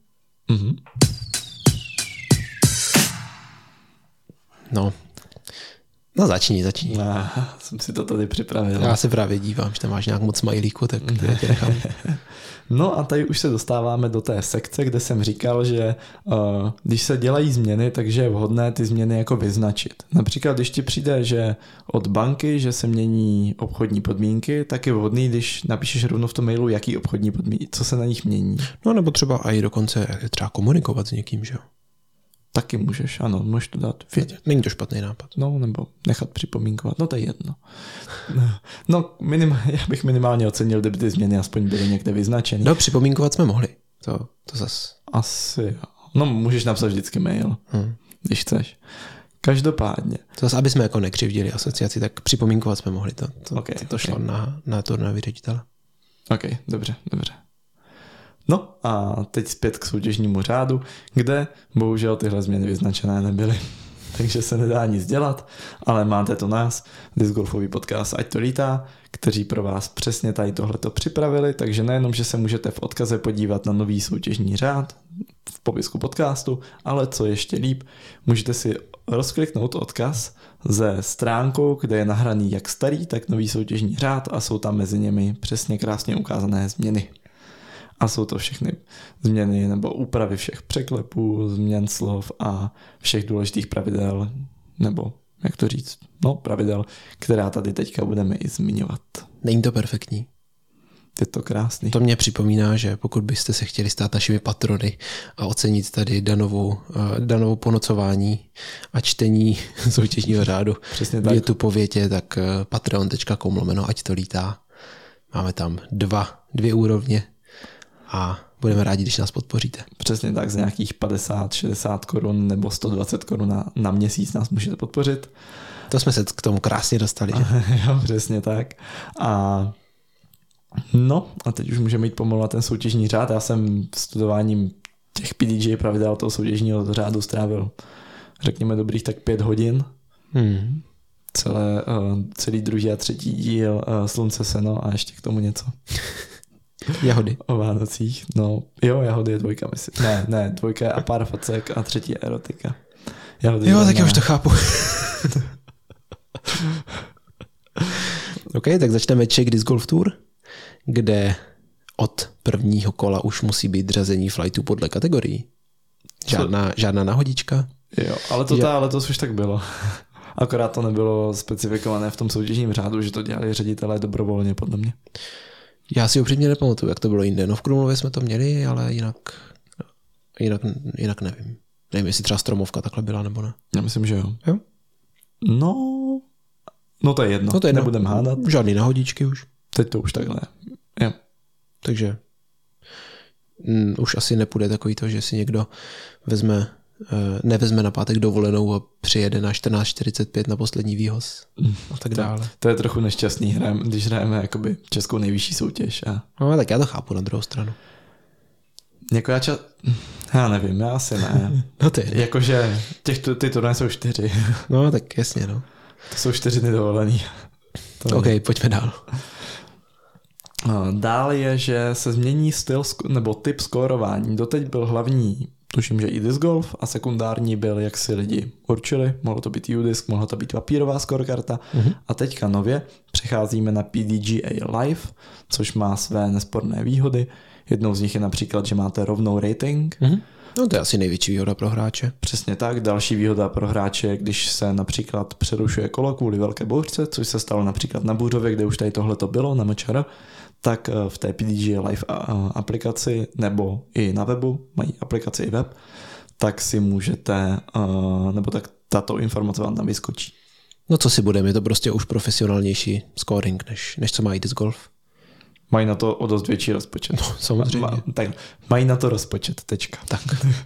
No začni. Jsem si to tady připravil. Já se právě dívám, že tam máš nějak moc smajlíku, tak já tě nechám. No a tady už se dostáváme do té sekce, kde jsem říkal, že když se dělají změny, takže je vhodné ty změny jako vyznačit. Například, když ti přijde, že od banky, že se mění obchodní podmínky, tak je vhodný, když napíšeš rovnou v tom mailu, jaký obchodní podmínky, co se na nich mění. No nebo třeba i dokonce třeba komunikovat s někým, že jo? Taky můžeš, ano, můžeš to dát vědět. Není to špatný nápad. No, nebo nechat připomínkovat, no to je jedno. No, já bych minimálně ocenil, kdyby ty změny aspoň byly někde vyznačeny. No, připomínkovat jsme mohli, to zas. Asi jo. No, můžeš napsat vždycky mail, když chceš. Každopádně. To zase, aby jsme jako nekřivdili asociaci, tak připomínkovat jsme mohli. To šlo na turnaj ředitele. OK, dobře. No a teď zpět k soutěžnímu řádu, kde bohužel tyhle změny vyznačené nebyly. Takže se nedá nic dělat, ale máte tu nás, Disc Golfový podcast Ať to lítá, kteří pro vás přesně tady tohleto připravili, takže nejenom, že se můžete v odkaze podívat na nový soutěžní řád v popisku podcastu, ale co ještě líp, můžete si rozkliknout odkaz ze stránkou, kde je nahraný jak starý, tak nový soutěžní řád a jsou tam mezi nimi přesně krásně ukázané změny. A jsou to všechny změny nebo úpravy všech překlepů, změn slov a všech důležitých pravidel, nebo jak to říct, pravidel, která tady teďka budeme i zmiňovat. Není to perfektní. Je to krásný. To mě připomíná, že pokud byste se chtěli stát našimi patrony a ocenit tady Danovo ponocování a čtení soutěžního řádu větu po větě, tak patreon.com/, ať to lítá. Máme tam dvě úrovně a budeme rádi, když nás podpoříte. Přesně tak, za nějakých 50-60 korun nebo 120 korun na měsíc nás můžete podpořit. To jsme se k tomu krásně dostali. Že? Jo, přesně tak. A teď už můžeme jít pomalu na ten soutěžní řád. Já jsem studováním těch PDGA pravidel toho soutěžního řádu strávil, řekněme, dobrých tak 5 hodin. Celý druhý a třetí díl Slunce, seno a ještě k tomu něco. Jahody. O Vánocích. No, jo, Jahody je 2, myslím. Ne, 2 je a pár facek a 3 je erotika. Jahody jo, tak já už to chápu. OK, tak začneme Czech Disc Golf Tour, od prvního kola už musí být řazení flightu podle kategorií. Žádná náhodička. Jo, ale to letos už tak bylo. Akorát to nebylo specifikované v tom soutěžním řádu, že to dělali ředitelé dobrovolně, podle mě. Já si upřímně nepamatuju, jak to bylo jinde. No v Krumlově jsme to měli, ale jinak nevím. Nevím, jestli třeba Stromovka takhle byla, nebo ne. Já myslím, že jo. Jo? No to je jedno. Nebudem hádat. Žádný náhodičky už. Teď to už takhle. Jo. Takže už asi nepůjde takový to, že si někdo nevezme na pátek dovolenou a přijede na 14:45 na poslední výhoz a tak dále. To je trochu nešťastný, když hrajeme jakoby českou nejvyšší soutěž. No tak já to chápu na druhou stranu. Jako já nevím, já asi ne. No ty. Jakože ty turnaje jsou 4. No tak jasně, no. To jsou 4 dny dovolený. OK, pojďme dál. Dál je, že se změní styl nebo typ skórování. Doteď byl hlavní, tuším, že i disc golf a sekundární byl, jak si lidi určili. Mohlo to být U-disc, mohla to být papírová scorekarta. A teďka nově přecházíme na PDGA Live, což má své nesporné výhody. Jednou z nich je například, že máte rovnou rating. No to je asi největší výhoda pro hráče. Přesně tak. Další výhoda pro hráče je, když se například přerušuje kolo kvůli velké bouřce, což se stalo například na Bůřově, kde už tady tohle to bylo, na MČR, tak v té PDGA Live aplikaci nebo i na webu, mají aplikaci i web, tak si můžete, nebo tak tato informace vám tam vyskočí. No co si budeme, je to prostě už profesionálnější scoring, než co má i disc golf. Mají na to o dost větší rozpočet. No, samozřejmě. Mají na to rozpočet, tečka. Tak.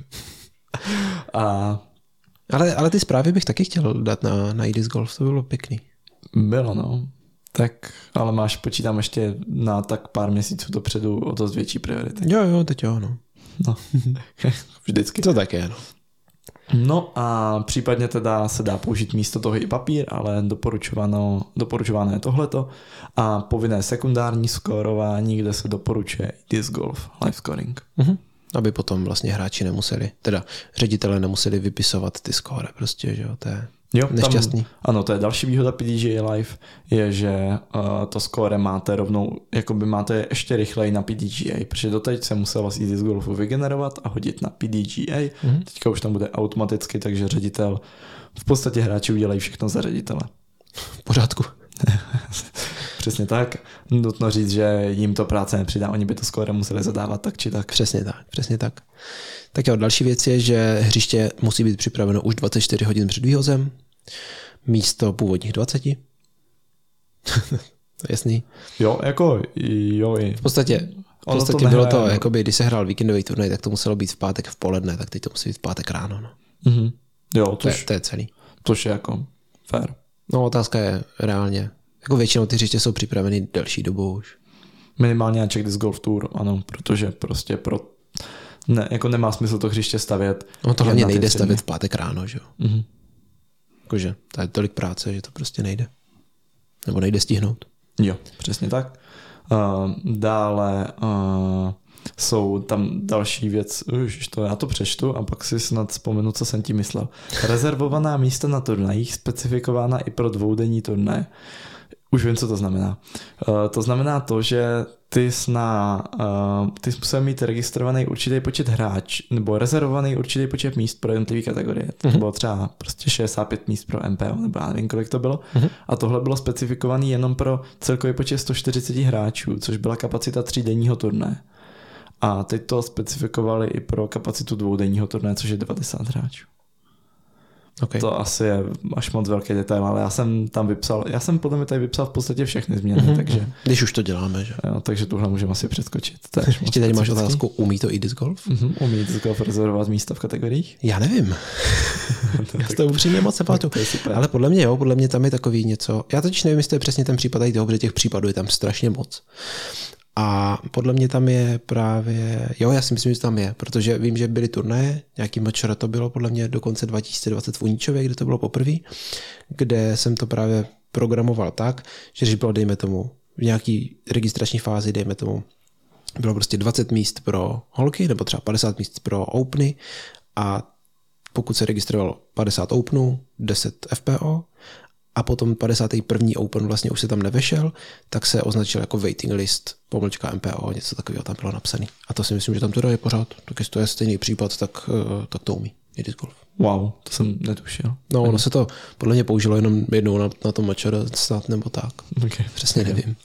Ale ty zprávy bych taky chtěl dát na disc golf, to bylo pěkný. Bylo, no. Tak, ale počítám ještě na tak pár měsíců dopředu o dost větší priority. Jo, teď jo, no. No, vždycky. To tak je, no. No a případně teda se dá použít místo toho i papír, ale doporučováno je tohleto a povinné sekundární skórování, kde se doporučuje disc golf, live scoring. Aby potom vlastně hráči nemuseli, teda ředitelé nemuseli vypisovat ty skóre, prostě, že jo, to je nešťastný. Ano, to je další výhoda PDGA Live, je, že to skóre máte rovnou, jakoby máte ještě rychleji na PDGA, protože doteď se muselo z disc golfu vygenerovat a hodit na PDGA, teďka už tam bude automaticky, takže ředitel, v podstatě hráči udělají všechno za ředitele. V pořádku. Přesně tak. Nutno říct, že jim to práce nepřidá, oni by to skóre museli zadávat tak či tak. Přesně tak. Tak jo, další věc je, že hřiště musí být připraveno už 24 hodin před výhozem, místo původních 20. To je jasný. Jo. V podstatě bylo to, jakoby, když se hrál víkendový turnaj, tak to muselo být v pátek v poledne, tak teď to musí být v pátek ráno. No. Jo, to je celý. Což je jako fair. No otázka je reálně. Jako většinou ty hřiště jsou připraveny delší dobu už. Minimálně na Czech Disc Golf Tour, ano, protože prostě jako nemá smysl to hřiště stavět. No to hlavně nejde stavět v pátek ráno, že jo. Mm-hmm. Jakože to je tolik práce, že to prostě nejde. Nebo nejde stihnout. Jo, přesně tak. Dále jsou tam další věc, já to přečtu a pak si snad vzpomenu, co jsem ti myslel. Rezervovaná místa na turnajích specifikována i pro dvoudenní turnaje. Už vím, co to znamená. To znamená to, že ty musel mít registrovaný určitý počet nebo rezervovaný určitý počet míst pro jednotlivé kategorie. To bylo třeba prostě 65 míst pro MPO, nebo já nevím, kolik to bylo. A tohle bylo specifikovaný jenom pro celkový počet 140 hráčů, což byla kapacita 3denního turnaje. A teď to specifikovali i pro kapacitu dvoudenního turnaje, což je 90 hráčů. Okay. To asi je až moc velký detail, ale já jsem podle mě tady vypsal v podstatě všechny změny, takže... Když už to děláme, že? Jo, takže tuhle můžeme asi přeskočit. Ještě tady máš otázku, umí to i disc golf? Umí disc golf rezervovat místa v kategoriích? Já nevím. Já to upřímně moc nepamatuju. Ale podle mě tam je takový něco, já totiž nevím, jestli to je přesně ten případ, protože těch případů je tam strašně moc. A podle mě tam je právě, já si myslím, že tam je, protože vím, že byly turnaje, nějaký Mačora to bylo podle mě do konce 2020 v Uníčově, kde to bylo poprvé, kde jsem to právě programoval tak, že když bylo, dejme tomu, v nějaký registrační fázi, dejme tomu, bylo prostě 20 míst pro holky, nebo třeba 50 míst pro openy a pokud se registrovalo 50 openů, 10 FPO, a potom 51. Open vlastně už se tam nevešel, tak se označil jako waiting list, -- MPO, něco takového tam bylo napsané. A to si myslím, že tam to je pořád. Tak jestli to je stejný případ, tak to umí i disc golf. Wow, to jsem netušil. No, ono se to podle mě použilo jenom jednou na tom Mačora snad nebo tak. Okay. Přesně nevím.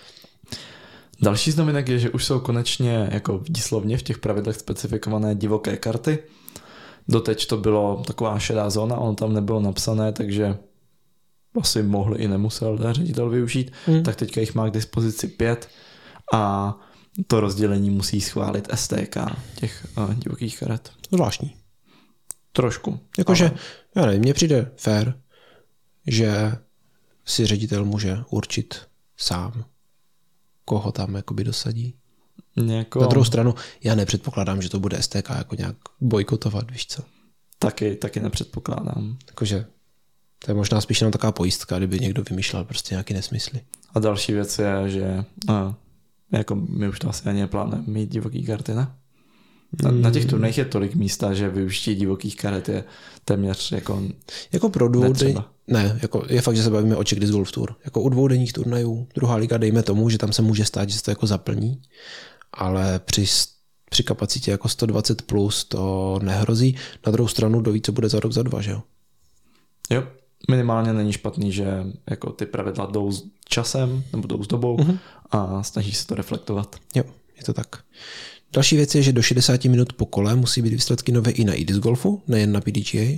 Další z novinek je, že už jsou konečně jako výslovně v těch pravidlech specifikované divoké karty. Doteď to bylo taková šedá zóna, ono tam nebylo napsané, takže asi mohl i nemusel ředitel využít, tak teďka jich má k dispozici 5 a to rozdělení musí schválit STK těch divokých karet. Zvláštní. Trošku. Jakože, já nevím, mně přijde fair, že si ředitel může určit sám, koho tam jakoby dosadí. Na druhou stranu, já nepředpokládám, že to bude STK jako nějak bojkotovat, víš co? Taky nepředpokládám. Jakože to je možná spíš jenom taková pojistka, kdyby někdo vymýšlel prostě nějaký nesmysly. A další věc je, že jako my už to asi ani neplánujeme mít divoký karty, ne? Na těch turnajích je tolik místa, že využití divokých karet je téměř jako pro ne, jako je fakt, že se bavíme o Czech Disc Golf Tour. Jako u dvoudenních turnajů, druhá liga, dejme tomu, že tam se může stát, že se to jako zaplní, ale při kapacitě jako 120 plus to nehrozí. Na druhou stranu doví, co bude za rok, za dva, že jo? Jo, minimálně není špatný, že jako ty pravidla jdou s časem nebo jdou s dobou a snaží se to reflektovat. Jo, je to tak. Další věc je, že do 60 minut po kole musí být výsledky nové i na e-disc golfu, nejen na PDGA.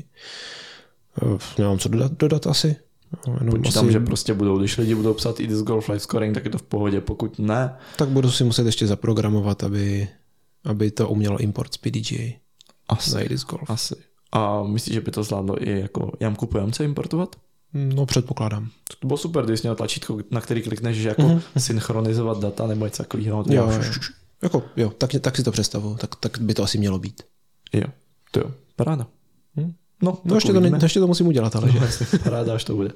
Nemám co dodat asi. Počítám, že prostě když lidi budou psát e-disc golf live scoring, tak je to v pohodě, pokud ne. Tak budu si muset ještě zaprogramovat, aby to umělo import z PDGA na e-disc golf. Asi. A myslíš, že by to zvládlo i jako jamku po jamce importovat? No, předpokládám. To bylo super, když jsi měl tlačítko, na který klikneš, že jako synchronizovat data nebo něco takového. Jo, tak si to představuju, tak by to asi mělo být. Jo, paráda. No ještě to musím udělat, ale že? Paráda, až to bude.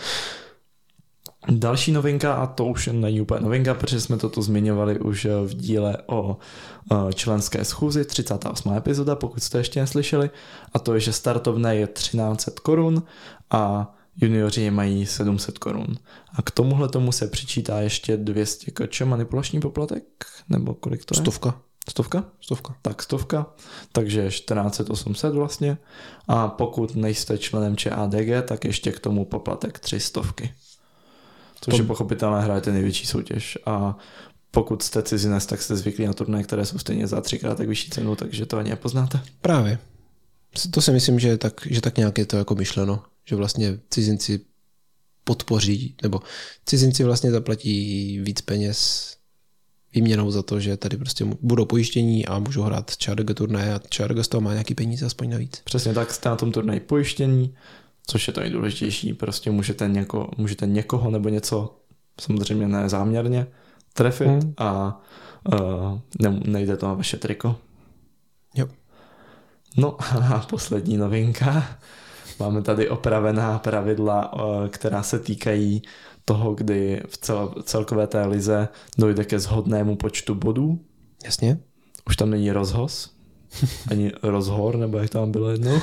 Další novinka, a to už není úplně novinka, protože jsme toto zmiňovali už v díle o členské schůzi, 38. epizoda, pokud jste ještě neslyšeli, a to je, že startovné je 1300 korun a junioři mají 700 korun. A k tomuhle tomu se přičítá ještě 200 kč manipulační poplatek, nebo kolik to je? Stovka? Tak 100, takže 1400 vlastně. A pokud nejste členem ČADG, tak ještě k tomu poplatek 300. Což je pochopitelné, hrajete největší soutěž. A pokud jste cizinec, tak jste zvyklí na turnaje, které jsou stejně za 3x tak vyšší cenu, takže to ani nepoznáte. Právě. To si myslím, že tak nějak je to jako myšleno, že vlastně cizinci podpoří, nebo cizinci vlastně zaplatí víc peněz výměnou za to, že tady prostě budou pojištění a můžou hrát ČADG turnaje a ČADG z toho má nějaký peníze aspoň navíc. Přesně tak, jste na tom turnaji pojištění, což je to nejdůležitější. Prostě můžete někoho nebo něco, samozřejmě ne záměrně, trefit a nejde to na vaše triko. Jo. No a poslední novinka. Máme tady opravená pravidla, která se týkají toho, kdy v celkové té lize dojde ke shodnému počtu bodů. Jasně. Už tam není rozhoz, ani rozhor, nebo jak tam bylo jednou.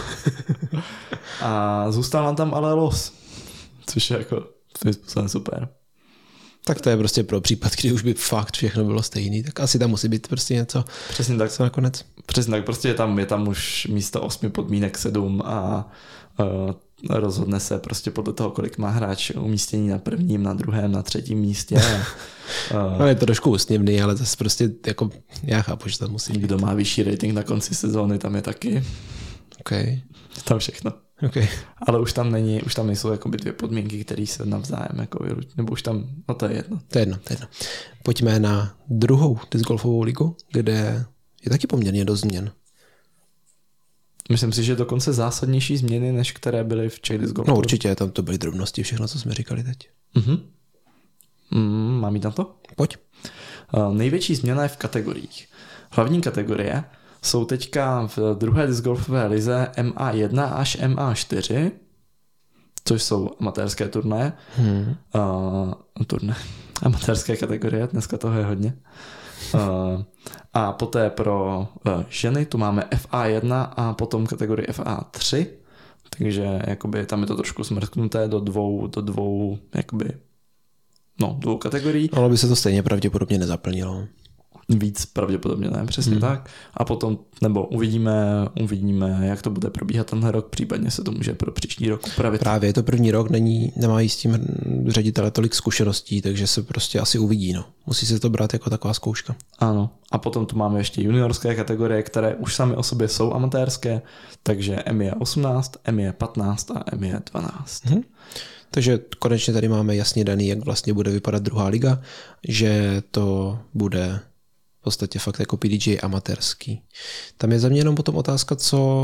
A zůstal nám tam ale los, což je jako svým způsobem super. Tak to je prostě pro případ, kdy už by fakt všechno bylo stejný, tak asi tam musí být prostě něco. Přesně tak. Co nakonec. Přesně tak, prostě je tam už místo 8 podmínek 7 a rozhodne se prostě podle toho, kolik má hráč umístění na prvním, na druhém, na třetím místě. No, je to trošku úsměvný, ale zase prostě jako já chápu, že tam musí být. Kdo má vyšší rating na konci sezóny, tam je taky. Okay. Tam všechno. Okay. Ale už tam nejsou jakoby 2 podmínky, které se navzájem jako nebo už tam, no to je jedno. To je jedno. Pojďme na druhou disc golfovou ligu, kde je taky poměrně dost změn. Myslím si, že dokonce zásadnější změny, než které byly v Czech Disc Golf. No určitě, tam to byly drobnosti, všechno, co jsme říkali teď. Mám jít na to? Pojď. Největší změna je v kategoriích. Hlavní kategorie jsou teďka v druhé disc golfové lize MA1 až MA4, což jsou amatérské turnaje. Amatérské kategorie, dneska toho je hodně. A poté pro ženy tu máme FA1 a potom kategorii FA3, takže jakoby tam je to trošku smrsknuté do dvou kategorií. Ale by se to stejně pravděpodobně nezaplnilo. Víc pravděpodobně ne, přesně tak. A potom, nebo uvidíme, jak to bude probíhat tenhle rok, případně se to může pro příští rok upravit. Právě je to první rok, nemají s tím ředitele tolik zkušeností, takže se prostě asi uvidí. No. Musí se to brát jako taková zkouška. Ano. A potom tu máme ještě juniorské kategorie, které už sami o sobě jsou amatérské, takže ME 18, ME 15 a ME 12. Takže konečně tady máme jasně daný, jak vlastně bude vypadat druhá liga, že to bude v podstatě fakt jako PDGA amatérský. Tam je za mě jenom potom otázka,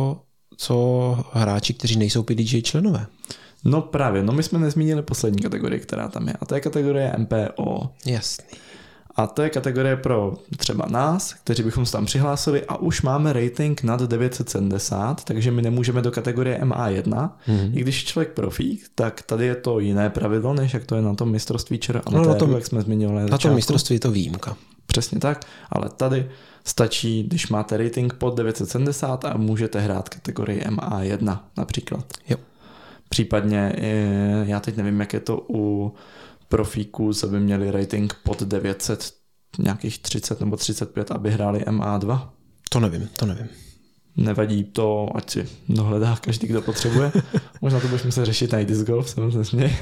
co hráči, kteří nejsou PDGA členové. No právě, my jsme nezmínili poslední kategorii, která tam je, a to je kategorie MPO. Jasný. A to je kategorie pro třeba nás, kteří bychom se tam přihlásili a už máme rating nad 970, takže my nemůžeme do kategorie MA1. I když člověk profík, tak tady je to jiné pravidlo, než jak to je na tom mistrovství ČR amatérů, jak jsme zmiňovali. Na tom mistrovství je to výjimka. Přesně tak, ale tady stačí, když máte rating pod 970 a můžete hrát kategorii MA1 například. Jo. Případně, já teď nevím, jak je to u profíků, co by měli rating pod 900, nějakých 30 nebo 35, aby hráli MA2. To nevím. Nevadí to, ať si dohledá každý, kdo potřebuje. Možná to budeš muset řešit na disc golf, samozřejmě.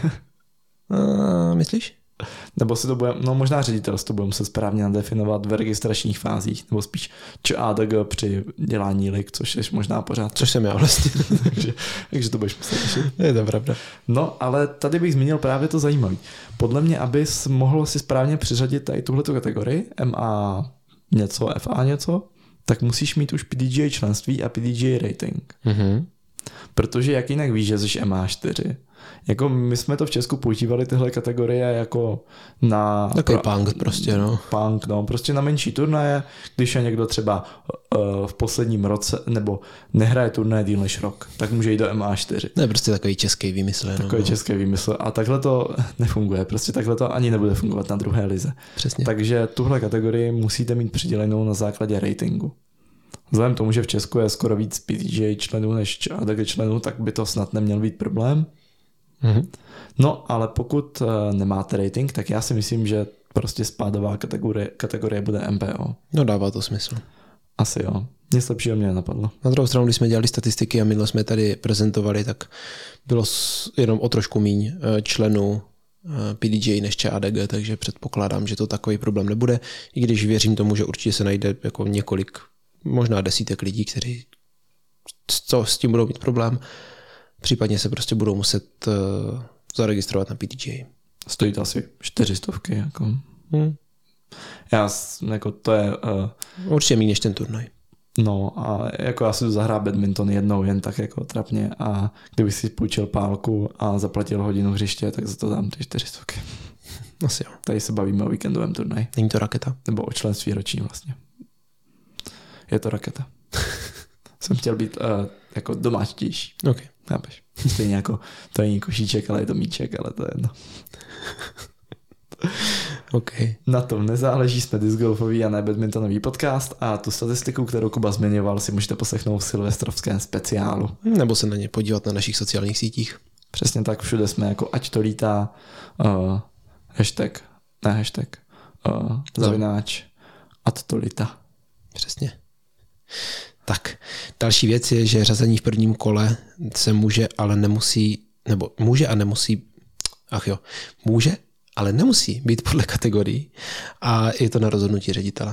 Myslíš? Nebo si to bude, možná ředitelstvo bude muset správně nadefinovat v registračních fázích, nebo spíš ČADG při dělání lig, což je možná pořád. Což jsem já vlastně. takže to budeš muset řešit. Je to pravda. No, ale tady bych zmínil právě to zajímavé. Podle mě, abys mohl si správně přiřadit tady tuhletu kategorii, MA něco, FA něco, tak musíš mít už PDGA členství a PDGA rating. Protože jak jinak víš, že jsi MA4? Jako my jsme to v Česku používali tyhle kategorie jako na... Takový punk prostě, no. Punk, prostě na menší turnaje, když je někdo třeba v posledním roce, nebo nehraje turnaje díl než rok, tak může jít do MA4. To je prostě takový český výmysl. Takový český výmysl. A takhle to nefunguje. Prostě takhle to ani nebude fungovat na druhé lize. Přesně. Takže tuhle kategorii musíte mít přidělenou na základě ratingu. Vzhledem tomu, že v Česku je skoro víc PDGA členů než ADG členů, tak by to snad neměl být problém. No, ale pokud nemáte rating, tak já si myslím, že prostě spádová kategorie bude MPO. No, dává to smysl. Asi jo. Nic lepšího mě napadlo. Na druhou stranu, když jsme dělali statistiky a minule jsme tady prezentovali, tak bylo jenom o trošku míň členů PDGA než ADG, takže předpokládám, že to takový problém nebude, i když věřím tomu, že určitě se najde jako několik, možná desítek lidí, kteří s tím budou mít problém. Případně se prostě budou muset zaregistrovat na PDGA. Stojí to asi 400. Jako. Já, jako to je... Určitě méně než ten turnaj. No a jako já si jdu zahrát badminton jednou jen tak jako trapně a kdybych si půjčil pálku a zaplatil hodinu hřiště, tak za to dám 400. Asi jo. Tady se bavíme o víkendovém turnaji. Není to raketa? Nebo o členství roční vlastně. Je to raketa. Jsem chtěl být jako domáčtější. Okay. Chápeš? Stejně jako to není košíček, ale je to míček, ale to je jedno. Okay. Na tom nezáleží, jsme discgolfový a ne badmintonový podcast a tu statistiku, kterou Kuba zmiňoval, si můžete poslechnout v silvestrovském speciálu. Nebo se na ně podívat na našich sociálních sítích. Přesně tak, všude jsme jako ať to lítá, zavináč, ať to lítá. Přesně. Tak, další věc je, že řazení v prvním kole se může, ale nemusí, nebo může a nemusí, může, ale nemusí být podle kategorií a je to na rozhodnutí ředitele.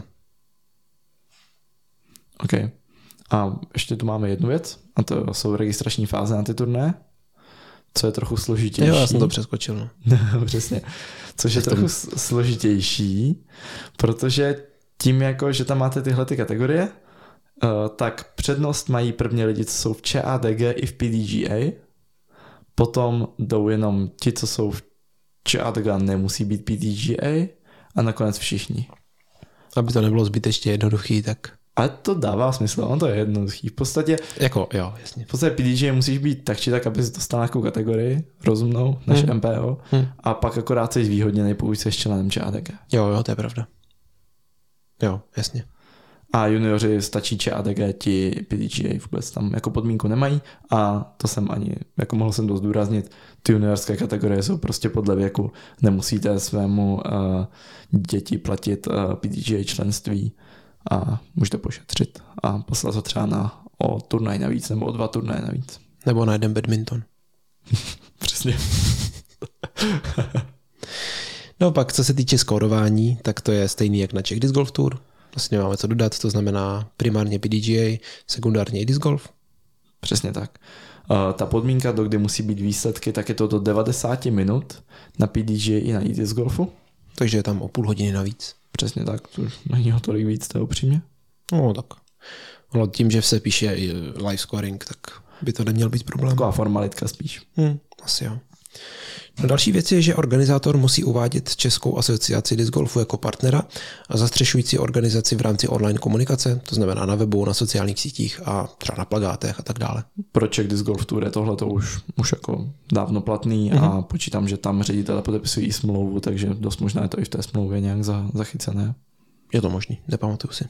OK. A ještě tu máme jednu věc, a to jsou registrační fáze na ty turné, co je trochu složitější. Jo, já jsem to přeskočil. No. Přesně. Což je trochu složitější, protože tím, jako, že tam máte tyhle ty kategorie, tak přednost mají první lidi, co jsou v ČADG i v PDGA, potom jdou jenom ti, co jsou v ČADG a nemusí být PDGA a nakonec všichni. Aby to nebylo zbytečně jednoduchý, tak... Ale to dává smysl, on to je jednoduchý. V podstatě, jako, jo, jasně. V podstatě PDGA musíš být tak či tak, aby si dostal nějakou kategorii rozumnou, než MPO, a pak akorát jsi zvýhodněný, pokud jsi členem ČADG. Jo, to je pravda. Jo, jasně. A junioři stačí ČADG, ti PDGA vůbec tam jako podmínku nemají a to jsem ani, jako mohl jsem to zdůraznit, ty juniorské kategorie jsou prostě podle věku, nemusíte svému děti platit PDGA členství a můžete pošetřit a poslat to třeba o turnaj navíc nebo o 2 turnaje navíc. Nebo na jeden badminton. Přesně. No pak, co se týče skórování, tak to je stejný jak na Czech Disc Golf Tour. Vlastně nemáme co dodat, to znamená primárně PDGA, sekundárně i disc golf. Přesně tak. Ta podmínka, do kdy musí být výsledky, tak je to do 90 minut na PDGA i na disc golfu. Takže je tam o půl hodiny navíc. Přesně tak, to není o tolik víc, to je upřímně. No tak. No, tím, že se píše i live scoring, tak by to neměl být problém. Taková formalitka spíš. Asi jo. No, další věc je, že organizátor musí uvádět Českou asociaci disc golfu jako partnera a zastřešující organizaci v rámci online komunikace, to znamená na webu, na sociálních sítích a třeba na plakátech a tak dále. Pro Czech Disc Golf Tour je tohle to už jako dávno platný a počítám, že tam ředitele podepisují smlouvu, takže dost možná je to i v té smlouvě nějak zachycené. Je to možný, nepamatuju si.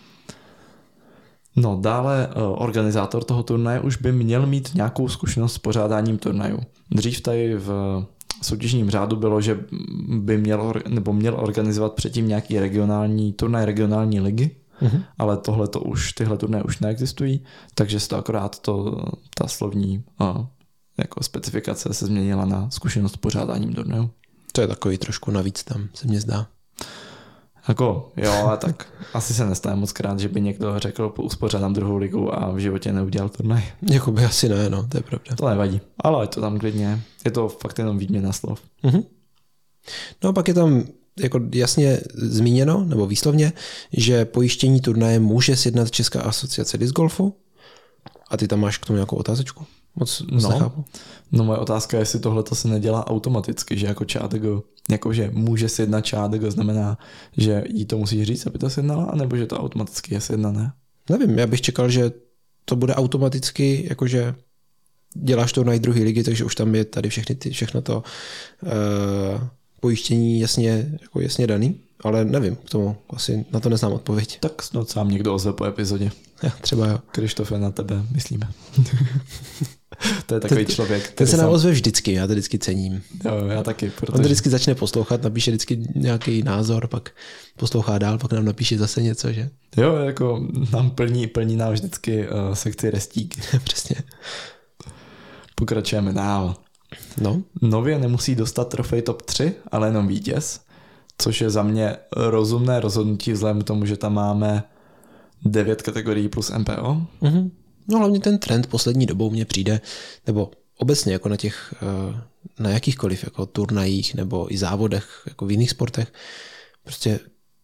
No dále organizátor toho turnaje už by měl mít nějakou zkušenost s pořádáním turnajů. Dřív tady v soutěžním řádu bylo, že by měl organizovat předtím nějaký regionální turnaj regionální ligy, ale tyhle turnaje už neexistují, takže se to akorát ta slovní jako specifikace se změnila na zkušenost s pořádáním turnajů. To je takový trošku navíc tam, se mně zdá. Jako, jo, a tak asi se nestane moc krát, že by někdo řekl, uspořádám druhou ligu a v životě neudělal turnaj. Jakoby asi ne, no, to je pravda. To nevadí, ale je to tam klidně, je to fakt jenom výměna slov. No a pak je tam jako jasně zmíněno, nebo výslovně, že pojištění turnaje může sjednat Česká asociace disc golfu. A ty tam máš k tomu nějakou otázečku? Moc nechápu. No moje otázka je, jestli tohle se nedělá automaticky, že jako ČADG, jakože může sjednat ČADG, znamená, že jí to musíš říct, aby to sjednala, anebo že to automaticky je sjednané? Nevím, já bych čekal, že to bude automaticky, jakože děláš to na druhé ligy, takže už tam je tady všechno to pojištění jasně daný, ale nevím, k tomu asi na to neznám odpověď. Tak snad sám někdo ozve po epizodě. Ja, třeba jo. Krištofe, na tebe myslíme. To je takový člověk. Ten se nám ozve vždycky, já to vždycky cením. Jo, já taky. Protože... On to vždycky začne poslouchat, napíše vždycky nějaký názor, pak poslouchá dál, pak nám napíše zase něco, že? Jo, jako nám plní nám vždycky sekci restíky. Přesně. Pokračujeme dál. No. Nově nemusí dostat trofej top 3, ale jenom vítěz, což je za mě rozumné rozhodnutí vzhledem k tomu, že tam máme 9 kategorií plus MPO. No hlavně ten trend poslední dobou mně přijde, nebo obecně jako na jakýchkoliv jako turnajích nebo i závodech, jako v jiných sportech, prostě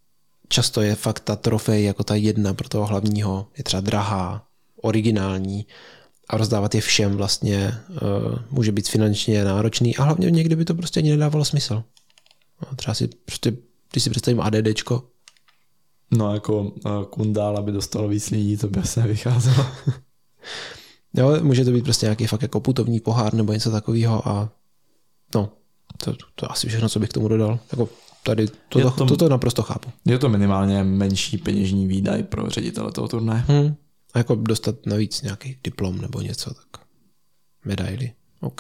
často je fakt ta trofej jako ta jedna pro toho hlavního, je třeba drahá, originální a rozdávat je všem vlastně může být finančně náročný a hlavně někdy by to prostě ani nedávalo smysl. No, třeba si prostě, když si představím ADDčko. No jako Kundál, aby dostalo víc lidí, to by asi nevycházelo. Jo, může to být prostě nějaký fakt jako putovní pohár nebo něco takového a no, to asi všechno, co bych k tomu dodal. Jako tady toto naprosto chápu. Je to minimálně menší peněžní výdaj pro ředitele toho turnaje. A jako dostat navíc nějaký diplom nebo něco, tak medaily. OK.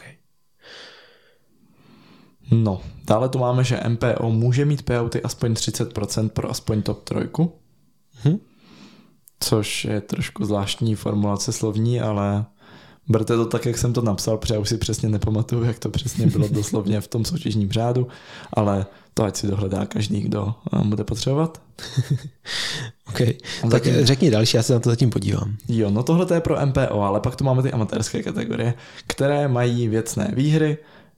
No, dále tu máme, že MPO může mít payouty aspoň 30% pro aspoň top 3. Což je trošku zvláštní formulace slovní, ale berte to tak, jak jsem to napsal, protože já už si přesně nepamatuju, jak to přesně bylo doslovně v tom soutěžním řádu, ale to ať si dohledá každý, kdo bude potřebovat. OK, tak řekni další, já se na to zatím podívám. Jo, no tohle to je pro MPO, ale pak tu máme ty amatérské kategorie, které mají věcné výhry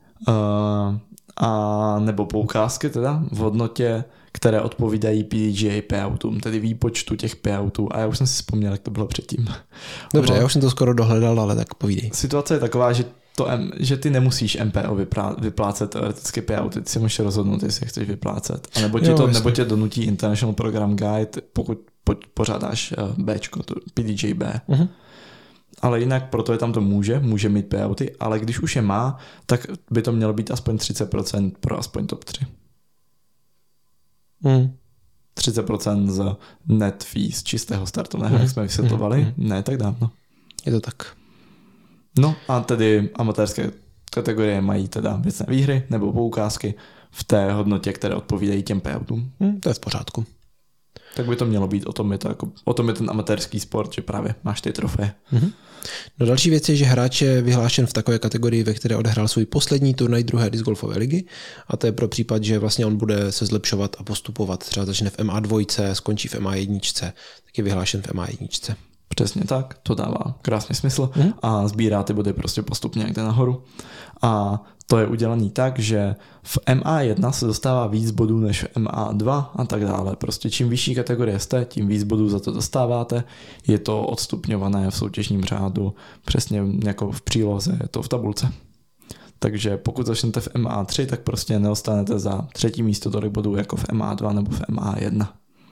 a nebo poukázky teda v hodnotě, které odpovídají PDGA payoutům, tedy výpočtu těch payoutů. A já už jsem si vzpomněl, jak to bylo předtím. Dobře, já už jsem to skoro dohledal, ale tak povídej. Situace je taková, že ty nemusíš MPO vyplácet teoreticky payouty, ty si můžeš rozhodnout, jestli chceš vyplácet. A nebo tě donutí International Program Guide, pokud pořádáš Bčko, PDGA B. Ale jinak proto je tam to může mít payouty, ale když už je má, tak by to mělo být aspoň 30% pro aspoň top 3. 30% z net fee, z čistého startovného, jak jsme vysvětlovali, ne tak dávno. Je to tak. No a tedy amatérské kategorie mají teda věcné výhry nebo poukázky v té hodnotě, které odpovídají těm payoutům. To je v pořádku. Tak by to mělo být, o tom je ten amatérský sport, že právě máš ty trofeje. No další věc je, že hráč je vyhlášen v takové kategorii, ve které odehrál svůj poslední turnaj druhé disc golfové ligy a to je pro případ, že vlastně on bude se zlepšovat a postupovat. Třeba začne v MA2, skončí v MA1, tak je vyhlášen v MA1. Přesně tak, to dává krásný smysl a sbírá ty body prostě postupně jak jde nahoru. A to je udělaný tak, že v MA1 se dostává víc bodů než v MA2 a tak dále. Prostě čím vyšší kategorie jste, tím víc bodů za to dostáváte. Je to odstupňované v soutěžním řádu, přesně jako v příloze, je to v tabulce. Takže pokud začnete v MA3, tak prostě nedostanete za třetí místo tolik bodů jako v MA2 nebo v MA1.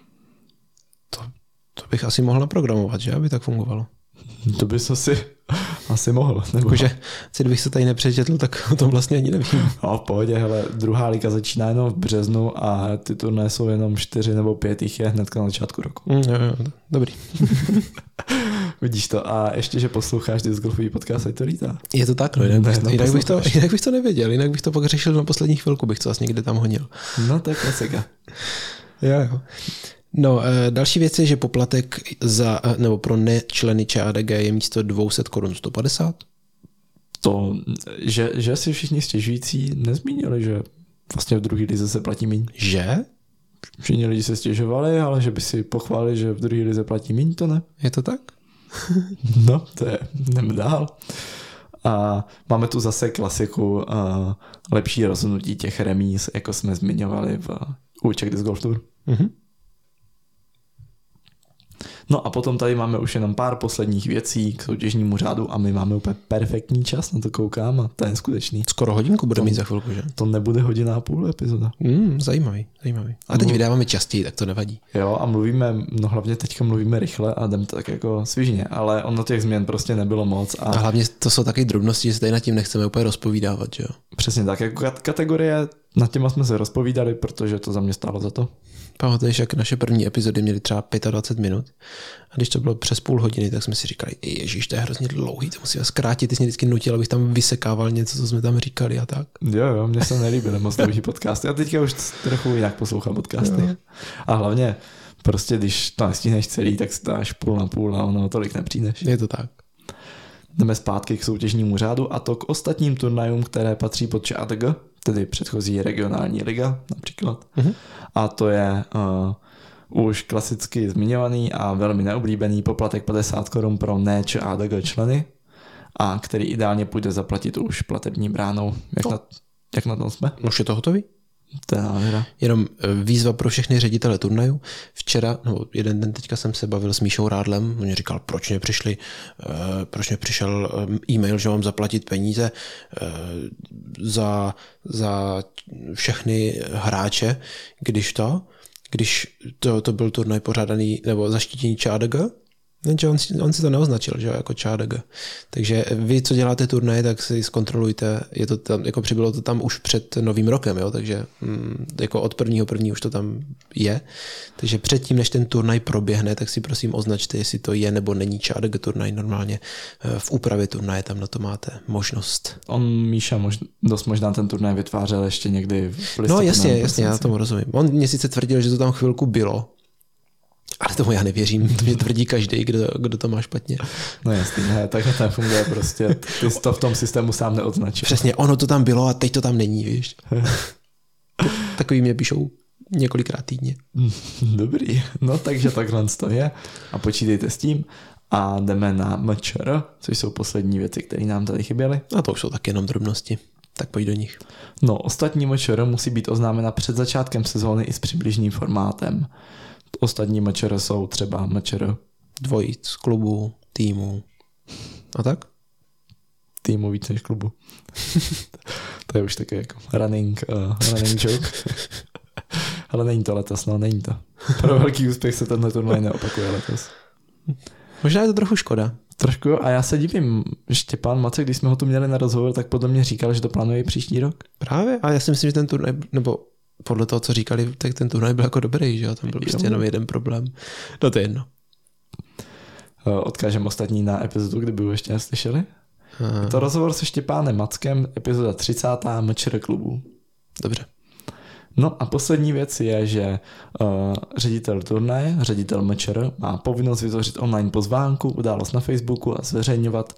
To bych asi mohl naprogramovat, že? Aby tak fungovalo. To bys asi mohl. Jakože, kdybych se tady nepřečetl, tak o tom vlastně ani nevím. No v pohodě, hele, druhá liga začíná jenom v březnu a ty turné jsou jenom 4 nebo 5 jich je hnedka na začátku roku. Jo, dobrý. Vidíš to a ještě, že posloucháš disc golfový podcast, ať to lítá. Je to tak, no, jinak bych to nevěděl, jinak bych to pak řešil na poslední chvilku, bych to asi někde tam honil. No to je klasika. Jo. No, další věc je, že poplatek nebo pro nečleny ČADG je místo 200 korun 150. To, že si všichni stěžující nezmínili, že vlastně v druhé lize se platí míň. Že? Všichni lidi se stěžovali, ale že by si pochválili, že v druhé lize platí míň, to ne. Je to tak? No, to je, jdeme dál. A máme tu zase klasiku lepší rozhodnutí těch remíz, jako jsme zmiňovali u Czech Disc Golf Tour. No a potom tady máme už jenom pár posledních věcí k soutěžnímu řádu a my máme úplně perfektní čas, na to koukám a to je skutečný. Skoro hodinku bude mít za chvilku, že? To nebude hodina a půl epizoda. Zajímavý. A teď vydáváme častěji, tak to nevadí. Jo a hlavně teďka mluvíme rychle a jdeme tak jako svižně, ale ono těch změn prostě nebylo moc. A hlavně to jsou taky drobnosti, že se tady nad tím nechceme úplně rozpovídávat, že jo? Přesně tak, jako kategorie, nad těma jsme se rozpovídali, protože to za mě stálo za to. Pamatuješ, jak naše první epizody měly třeba 25 minut a když to bylo přes půl hodiny, tak jsme si říkali, ježiš, to je hrozně dlouhý, to musíme zkrátit, ty jsi mě vždycky nutil, abych tam vysekával něco, co jsme tam říkali a tak. Jo, mně se nelíbily moc dlouhý podcasty. Já teďka už trochu jinak poslouchám podcasty. Jo. A hlavně prostě, když to nestihneš celý, tak si dáš půl na půl a ono tolik nepřijdeš. Je to tak. Jdeme zpátky k soutěžnímu řádu a to k ostatním turnajům, které patří pod ČADG, tedy předchozí regionální liga například. A to je už klasicky zmiňovaný a velmi neoblíbený poplatek 50 korun pro ne-ČADG členy, a který ideálně půjde zaplatit už platební bránou. Jak na tom jsme? Už je to hotový? To je nádhera. Jenom výzva pro všechny ředitele turnajů. Včera, nebo jeden den teďka jsem se bavil s Míšou Rádlem, on mi říkal, proč mě přišel e-mail, že mám zaplatit peníze za všechny hráče, když to byl turnaj pořádaný, nebo zaštítěný ČADG, jenže on si to neoznačil, že jako ČADG. Takže vy, co děláte turnaje, tak si zkontrolujte, je to tam, jako přibylo to tam už před novým rokem, jo? Takže jako od 1.1. už to tam je. Takže předtím, než ten turnaj proběhne, tak si prosím označte, jestli to je nebo není ČADG turnaj. Normálně v úpravě turnaje tam na to máte možnost. Míša dost možná ten turnaj vytvářel ještě někdy v listopadu. No jasně, já tomu rozumím. On mě sice tvrdil, že to tam chvilku bylo, ale tomu já nevěřím, to mě tvrdí každý, kdo to má špatně. No jasný, ne, takhle tam funguje prostě, ty jsi to v tom systému sám neoznačil. Přesně, ono to tam bylo a teď to tam není, víš. Takový mě píšou několikrát týdně. Dobrý, no takže takhle to je a počítejte s tím a jdeme na MČR, což jsou poslední věci, které nám tady chyběly. A to už jsou tak jenom drobnosti, tak pojď do nich. No, ostatní MČR musí být oznámena před začátkem sezóny i s přibližným formátem. Ostatní MČR jsou třeba MČR dvojic, klubů, týmů a tak? Týmu víc než klubu. To je už taky jako running joke. Ale není to letos, no není to. Pro velký úspěch se tenhle turnaj neopakuje letos. Možná je to trochu škoda. Trošku a já se divím, Štěpán Macek, když jsme ho tu měli na rozhovor, tak podle mě říkal, že to plánuje i příští rok. Právě, a já si myslím, že ten turnaj, nebo podle toho, co říkali, tak ten turnaj byl jako dobrý, že jo? Tam byl prostě jenom jeden problém. No to je jedno. Odkážem ostatní na epizodu, kdyby ho ještě neslyšeli. Je to rozhovor se Štěpánem Mackem, epizoda 30. MČR klubu. Dobře. No a poslední věc je, že ředitel turnaje, ředitel MČR má povinnost vytvořit online pozvánku, událost na Facebooku a zveřejňovat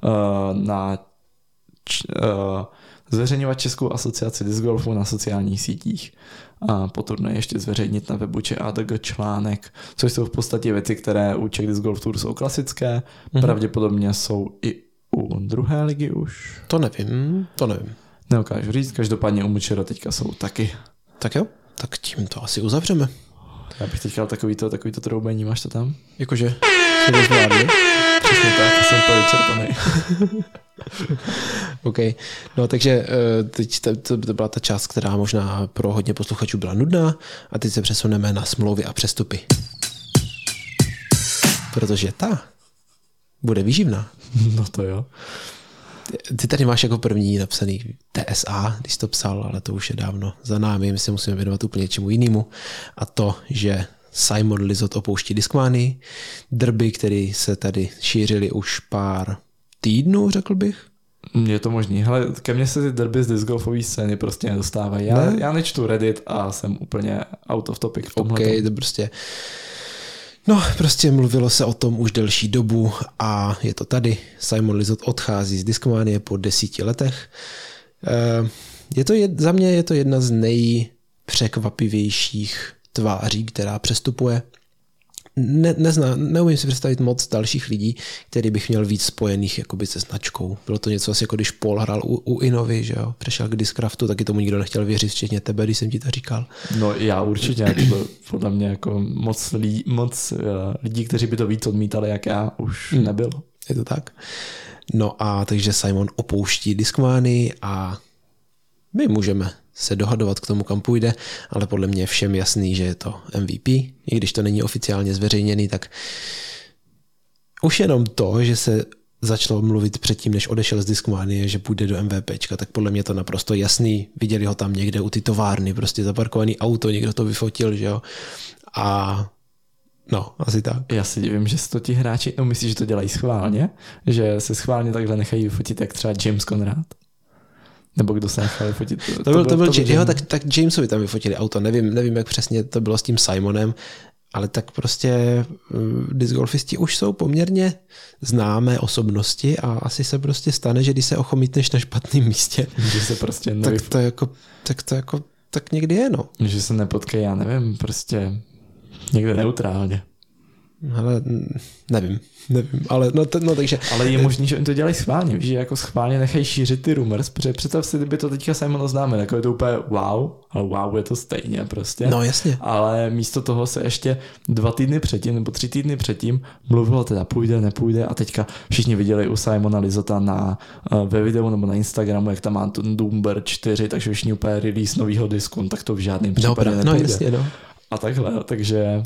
zveřejňovat Českou asociaci disc golfu na sociálních sítích a po turnaji ještě zveřejnit na webu ČADG článek, což jsou v podstatě věci, které u Czech Disc Golf Tour jsou klasické, pravděpodobně jsou i u druhé ligy už. To nevím. Neukážu říct, každopádně u MČR teďka jsou taky. Tak jo, tak tím to asi uzavřeme. Já bych teď chtěl takovýto troubení, máš to tam? Jakože jsme to zvládli. Přesně tak, jsem to vyčerpaný. OK, no takže teď to byla ta část, která možná pro hodně posluchačů byla nudná a teď se přesuneme na smlouvy a přestupy. Protože ta bude výživná. No to jo. Ty tady máš jako první napsaný TSA, když to psal, ale to už je dávno za námi, my se musíme věnovat úplně něčemu jinému. A to, že Simon Lizotte opouští Discmanii, derby, které se tady šířily už pár týdnů, řekl bych. Je to možný. Hele, ke mně se ty derby z discgolfové scény prostě nedostávají. Já nečtu Reddit a jsem úplně out of topic v tomhle. OK, to prostě... No, prostě mluvilo se o tom už delší dobu a je to tady. Simon Lizotte odchází z Discmanie po 10 letech. Za mě je to jedna z nejpřekvapivějších tváří, která přestupuje. Neumím si představit moc dalších lidí, který bych měl víc spojených jakoby se značkou. Bylo to něco asi jako když Paul hrál u Inovy, že jo, přešel k Discraftu, taky tomu nikdo nechtěl věřit, včetně tebe, když jsem ti to říkal. No já určitě, to podle mě jako moc lidí, kteří by to víc odmítali, jak já, už nebylo. Je to tak? No a takže Simon opouští Discmanii a my můžeme se dohadovat k tomu, kam půjde, ale podle mě je všem jasný, že je to MVP. I když to není oficiálně zveřejněný, tak už jenom to, že se začalo mluvit předtím, než odešel z Discmanie, že půjde do MVPčka, tak podle mě to naprosto jasný. Viděli ho tam někde u ty továrny, prostě zaparkovaný auto, někdo to vyfotil, že jo. A no, asi tak. Já si divím, že to ti hráči, myslíš, že to dělají schválně? Že se schválně takhle nechají vyfotit, jak třeba James Conrad? Nebo kdo se nechal vyfotit? To byl tak Jamesovi tam vyfotili auto. Nevím, jak přesně to bylo s tím Simonem, ale tak prostě discgolfisti už jsou poměrně známé osobnosti a asi se prostě stane, že když se ochomítneš na špatném místě, že se prostě tak někdy je, no. Že se nepotkají, já nevím, prostě někde neutrálně. Ale nevím, ale takže... Ale je možný, že oni to dělají schválně, víš, že jako schválně nechají šířit ty rumors, protože představ si, kdyby to teďka Simon oznámil, jako je to úplně wow, ale wow je to stejně prostě. No jasně. Ale místo toho se ještě 2 týdny předtím, nebo 3 týdny předtím mluvilo teda půjde, nepůjde a teďka všichni viděli u Simona Lisota ve videu nebo na Instagramu, jak tam má Doomber 4, takže všichni úplně release novýho disku, tak to v žádném případě nepůjde. No jasně, no. A takhle, takže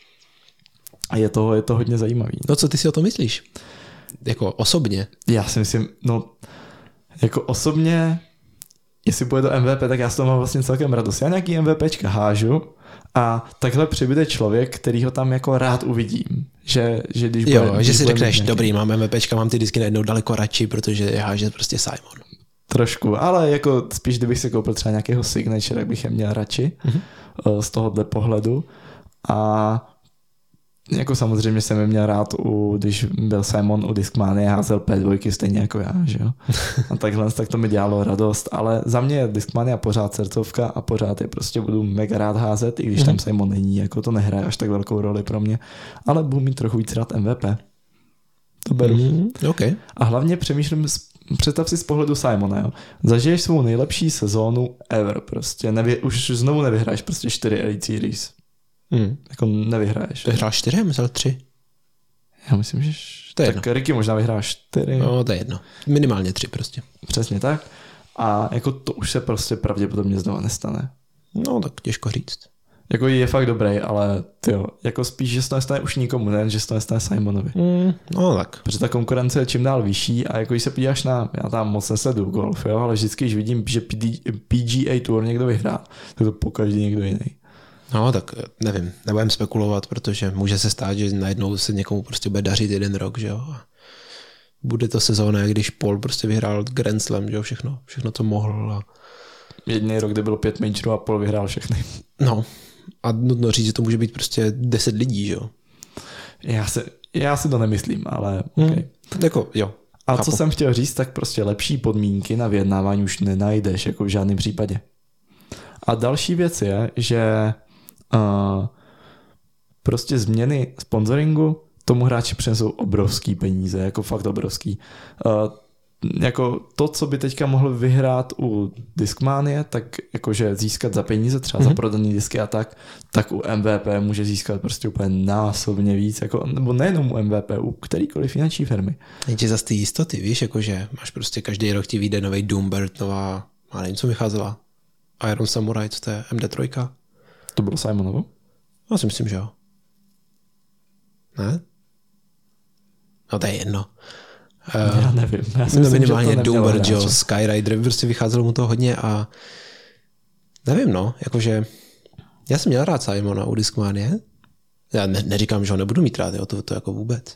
je to hodně zajímavý. No co ty si o tom myslíš? Jako osobně? Já si myslím, jako osobně, jestli bude to MVP, tak já s toho mám vlastně celkem radost. Já nějaký MVPčka hážu a takhle přibude člověk, který ho tam jako rád uvidím. Že když že si řekneš, dobrý, mám MVPčka, mám ty disky najednou daleko radši, protože je háže prostě Simon. Trošku, ale jako spíš kdybych si koupil třeba nějakého signature, tak bych je měl radši z tohohle pohledu. A jako samozřejmě jsem je měl rád, když byl Simon u Discmanie, házel P2 stejně jako já, že jo. A takhle, tak to mi dělalo radost, ale za mě je Discmania pořád srdcovka a pořád je prostě budu mega rád házet, i když tam Simon není, jako to nehraje až tak velkou roli pro mě, ale budu mít trochu víc rád MVP. To beru. Okay. A hlavně přemýšlím, představ si z pohledu Simona, jo. Zažiješ svou nejlepší sezónu ever, prostě už znovu nevyhraješ prostě 4 Elite Series. Jako nevyhraješ. Vyhrál 4, myslel 3. Já myslím, že... To je tak jedno. Ricky možná vyhrál 4. No, to je jedno. Minimálně 3 prostě. Přesně tak. A jako to už se prostě pravděpodobně znovu nestane. No, tak těžko říct. Jako je fakt dobrý, ale tyjo, jako spíš, že se to nestane už nikomu, ne, že se to nestane Simonovi. No tak. Protože ta konkurence je čím dál vyšší a jako když se podíváš já tam moc nesleduju golf, jo, ale vždycky, když vidím, že PGA Tour někdo vyhrál, tak to pokaždý někdo jiný. No, tak nevím, nebudem spekulovat, protože může se stát, že najednou se někomu prostě bude dařit jeden rok, že jo. Bude to sezóna, když Paul prostě vyhrál Grand Slam, že jo, všechno, co mohl. A... Jediný rok, kde bylo 5 majorů a Paul vyhrál všechny. No, a nutno říct, že to může být prostě 10 lidí, že jo. Já si to nemyslím, ale okay. Jako, jo. A co jsem chtěl říct, tak prostě lepší podmínky na vyjednávání už nenajdeš, jako v žádném případě. A další věc je, že prostě změny sponsoringu tomu hráči přinesou obrovský peníze, jako fakt obrovský. Jako to, co by teďka mohl vyhrát u Discmanie, tak jakože získat za peníze, třeba za prodaný disky a tak u MVP může získat prostě úplně násobně víc, jako, nebo nejenom u MVP, u kterýkoliv finanční firmy. Jenže zase ty jistoty, víš, jakože máš prostě každý rok ti vyjde nový Doombird, nová, já nevím, co vycházela, Iron Samurai, co to je, MD3? To bylo Simonovo? Já si myslím, že jo. Ne? No to je jedno. Já nevím. Já si no myslím, minimálně Doombird, Joe, Skyrider, prostě vycházelo mu to hodně a nevím, no, jakože já jsem měl rád Simona u Discmanie. Já neříkám, že ho nebudu mít rád, jo, to jako vůbec.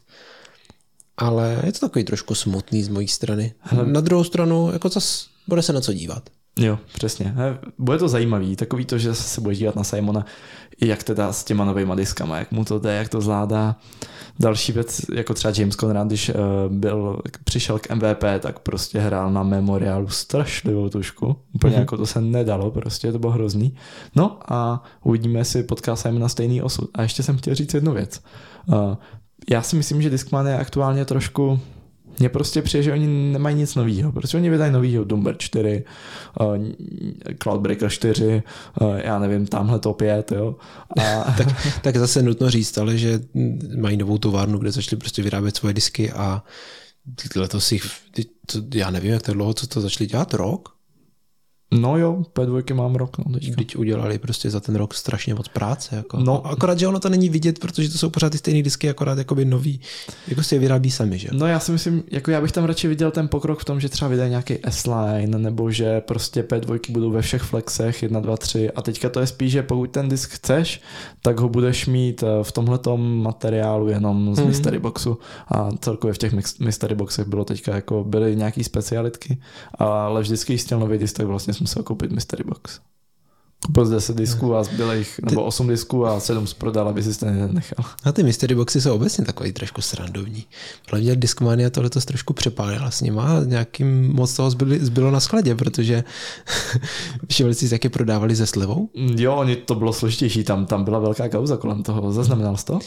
Ale je to takový trošku smutný z mojí strany. Na druhou stranu, jako zas bude se na co dívat. Jo, přesně. Bude to zajímavý, takový to, že se bude dívat na Simona, jak teda s těma novejma diskama, jak mu to jde, jak to zvládá. Další věc, jako třeba James Conrad, když přišel k MVP, tak prostě hrál na memoriálu strašlivou tušku. Úplně jako to se nedalo, prostě to bylo hrozný. No a uvidíme, jestli potká Simona stejný osud. A ještě jsem chtěl říct jednu věc. Já si myslím, že Discman je aktuálně trošku... Mně prostě přijde, že oni nemají nic novýho, protože oni vydají novýho Doomber 4, Cloudbreaker 4, já nevím, tamhle to 5, jo. A... tak zase nutno říct, ale že mají novou továrnu, kde začali prostě vyrábět svoje disky a letos já nevím, jak to dlouho, co to začali dělat, rok? No jo, P2 mám rok. No, když udělali prostě za ten rok strašně moc práce. Jako. No, akorát, že ono to není vidět, protože to jsou pořád ty stejné disky, akorát jakoby nový. Jako si je vyrábí sami, že? No já si myslím, jako já bych tam radši viděl ten pokrok v tom, že třeba vydají nějaký S-Line, nebo že prostě P2 budou ve všech flexech 1, 2, 3 a teďka to je spíš, že pokud ten disk chceš, tak ho budeš mít v tomhletom materiálu jenom z Mystery Boxu a celkově v těch Mystery Boxech byly nějaký specialitky, ale vždycky, když chtěl nový disk, tak vlastně musel koupit Mystery Box. Koupil z 10 disků a zbyl jich, nebo 8 disků a 7 prodal, aby si ten nechal. A ty Mystery Boxy jsou obecně takový trošku srandovní. Hlavně Discmania tohleto trošku přepálila s nima a nějakým moc toho zbylo na skladě, protože všimli si, jak je prodávali se slevou? Jo, to bylo složitější, tam byla velká kauza kolem toho, zaznamenal jsi to?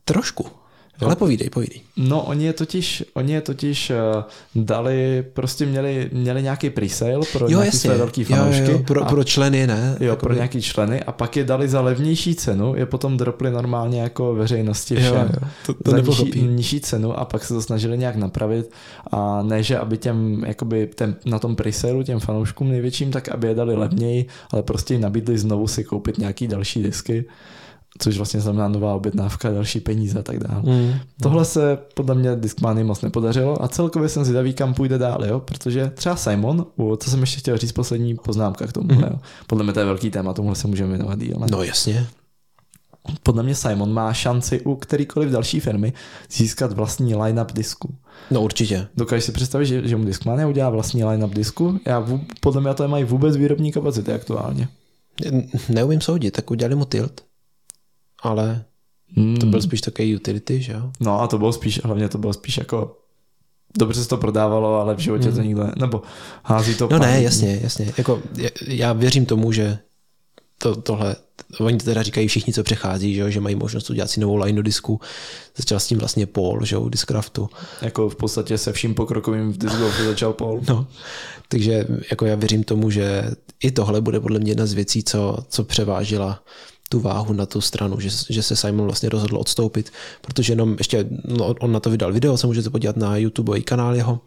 Trošku. Ale povídej. No, oni je totiž dali, prostě měli nějaký presale pro nějaký své velký fanoušky. Pro členy, ne? Jo, pro nějaký členy a pak je dali za levnější cenu, je potom dropli normálně jako veřejnosti všem. To za nižší cenu a pak se to snažili nějak napravit a ne, že aby na tom presale těm fanouškům největším, tak aby je dali levněji, ale prostě jim nabídli znovu si koupit nějaký další disky, což vlastně znamená nová objednávka, další peníze a tak dále. Tohle se podle mě Discmanii moc nepodařilo a celkově jsem zvědavý, kam půjde dál, jo? Protože třeba Simon, co jsem ještě chtěl říct, poslední poznámka k tomu, jo? Podle mě to je velký téma, tomuhle se můžeme věnovat díl. No jasně. Podle mě Simon má šanci u kterýkoliv další firmy získat vlastní line-up disku. No určitě. Dokážeš si představit, že mu Discmania udělá vlastní line-up disku? Podle mě to mají vůbec výrobní kapacity aktuálně. Neumím soudit, tak udělali mu Tilt. Ale to byl spíš takový utility, že jo? No a hlavně to bylo spíš jako dobře se to prodávalo, ale v životě to nikdo nebo hází to. No ne, jasně. Jako, já věřím tomu, že tohle, oni to teda říkají všichni, co přechází, že mají možnost udělat si novou line disku. Začal s tím vlastně Paul, že u Discraftu. Jako v podstatě se vším pokrokovým v Discraftu začal Paul. No, takže jako já věřím tomu, že i tohle bude podle mě jedna z věcí, co převážila tu váhu na tu stranu, že se Simon vlastně rozhodl odstoupit, protože jenom ještě on na to vydal video, se můžete podívat na YouTubeový kanál jeho,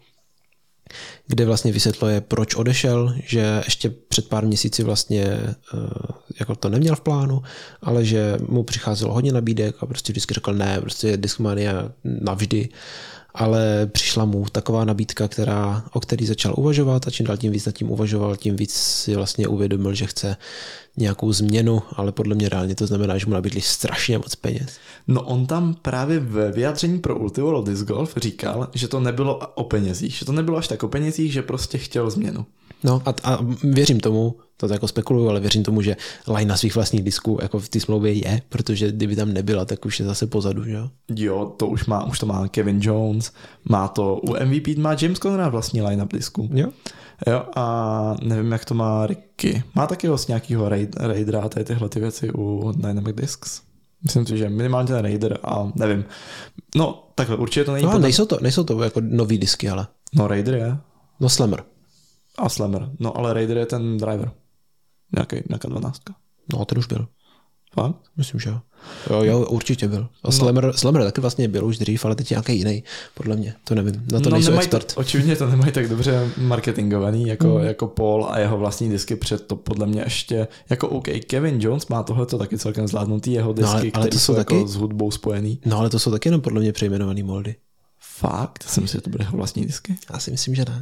kde vlastně vysvětluje, proč odešel, že ještě před pár měsíci vlastně jako to neměl v plánu, ale že mu přicházelo hodně nabídek a prostě vždycky řekl ne, prostě Discmania navždy, ale přišla mu taková nabídka, o který začal uvažovat a čím dál tím víc nad tím uvažoval, tím víc si vlastně uvědomil, že chce nějakou změnu, ale podle mě reálně to znamená, že mu nabídli strašně moc peněz. No on tam právě ve vyjádření pro Ultivolo Disc Golf říkal, že to nebylo o penězích, že to nebylo až tak o penězích, že prostě chtěl změnu. No a věřím tomu, to jako spekuluju, ale věřím tomu, že line na svých vlastních disků jako v té smlouvě je, protože kdyby tam nebyla, tak už je zase pozadu, že jo? Jo, to už to má Kevin Jones, má to u MVP, má James Conrad vlastní line-up disku. Jo. Jo, a nevím, jak to má Ricky. Má taky vlastně nějakýho Raidera a tyhle ty věci u Dynamic Discs. Myslím si, že minimálně ten Raider a nevím. No, takhle, určitě to není... No, nejsou to jako nový disky, ale... No, Raider je. No, Slammer. A Slammer. No, ale Raider je ten driver. Nějaká 12. No, ten už byl. Fakt? Myslím, že jo. Jo, určitě byl. A Slammer taky vlastně byl už dřív, ale teď nějaký jiný, podle mě. To nevím, na to nejsou expert. Očividně to nemají tak dobře marketingovaný jako Paul a jeho vlastní disky před to podle mě ještě, jako OK, Kevin Jones má tohleto taky celkem zvládnutý, jeho disky, ale které jsou taky jako s hudbou spojený. No ale to jsou taky jenom podle mě přejmenovaný moldy. Fakt? Já jsem si, že to bude jeho vlastní disky. Já si myslím, že ne.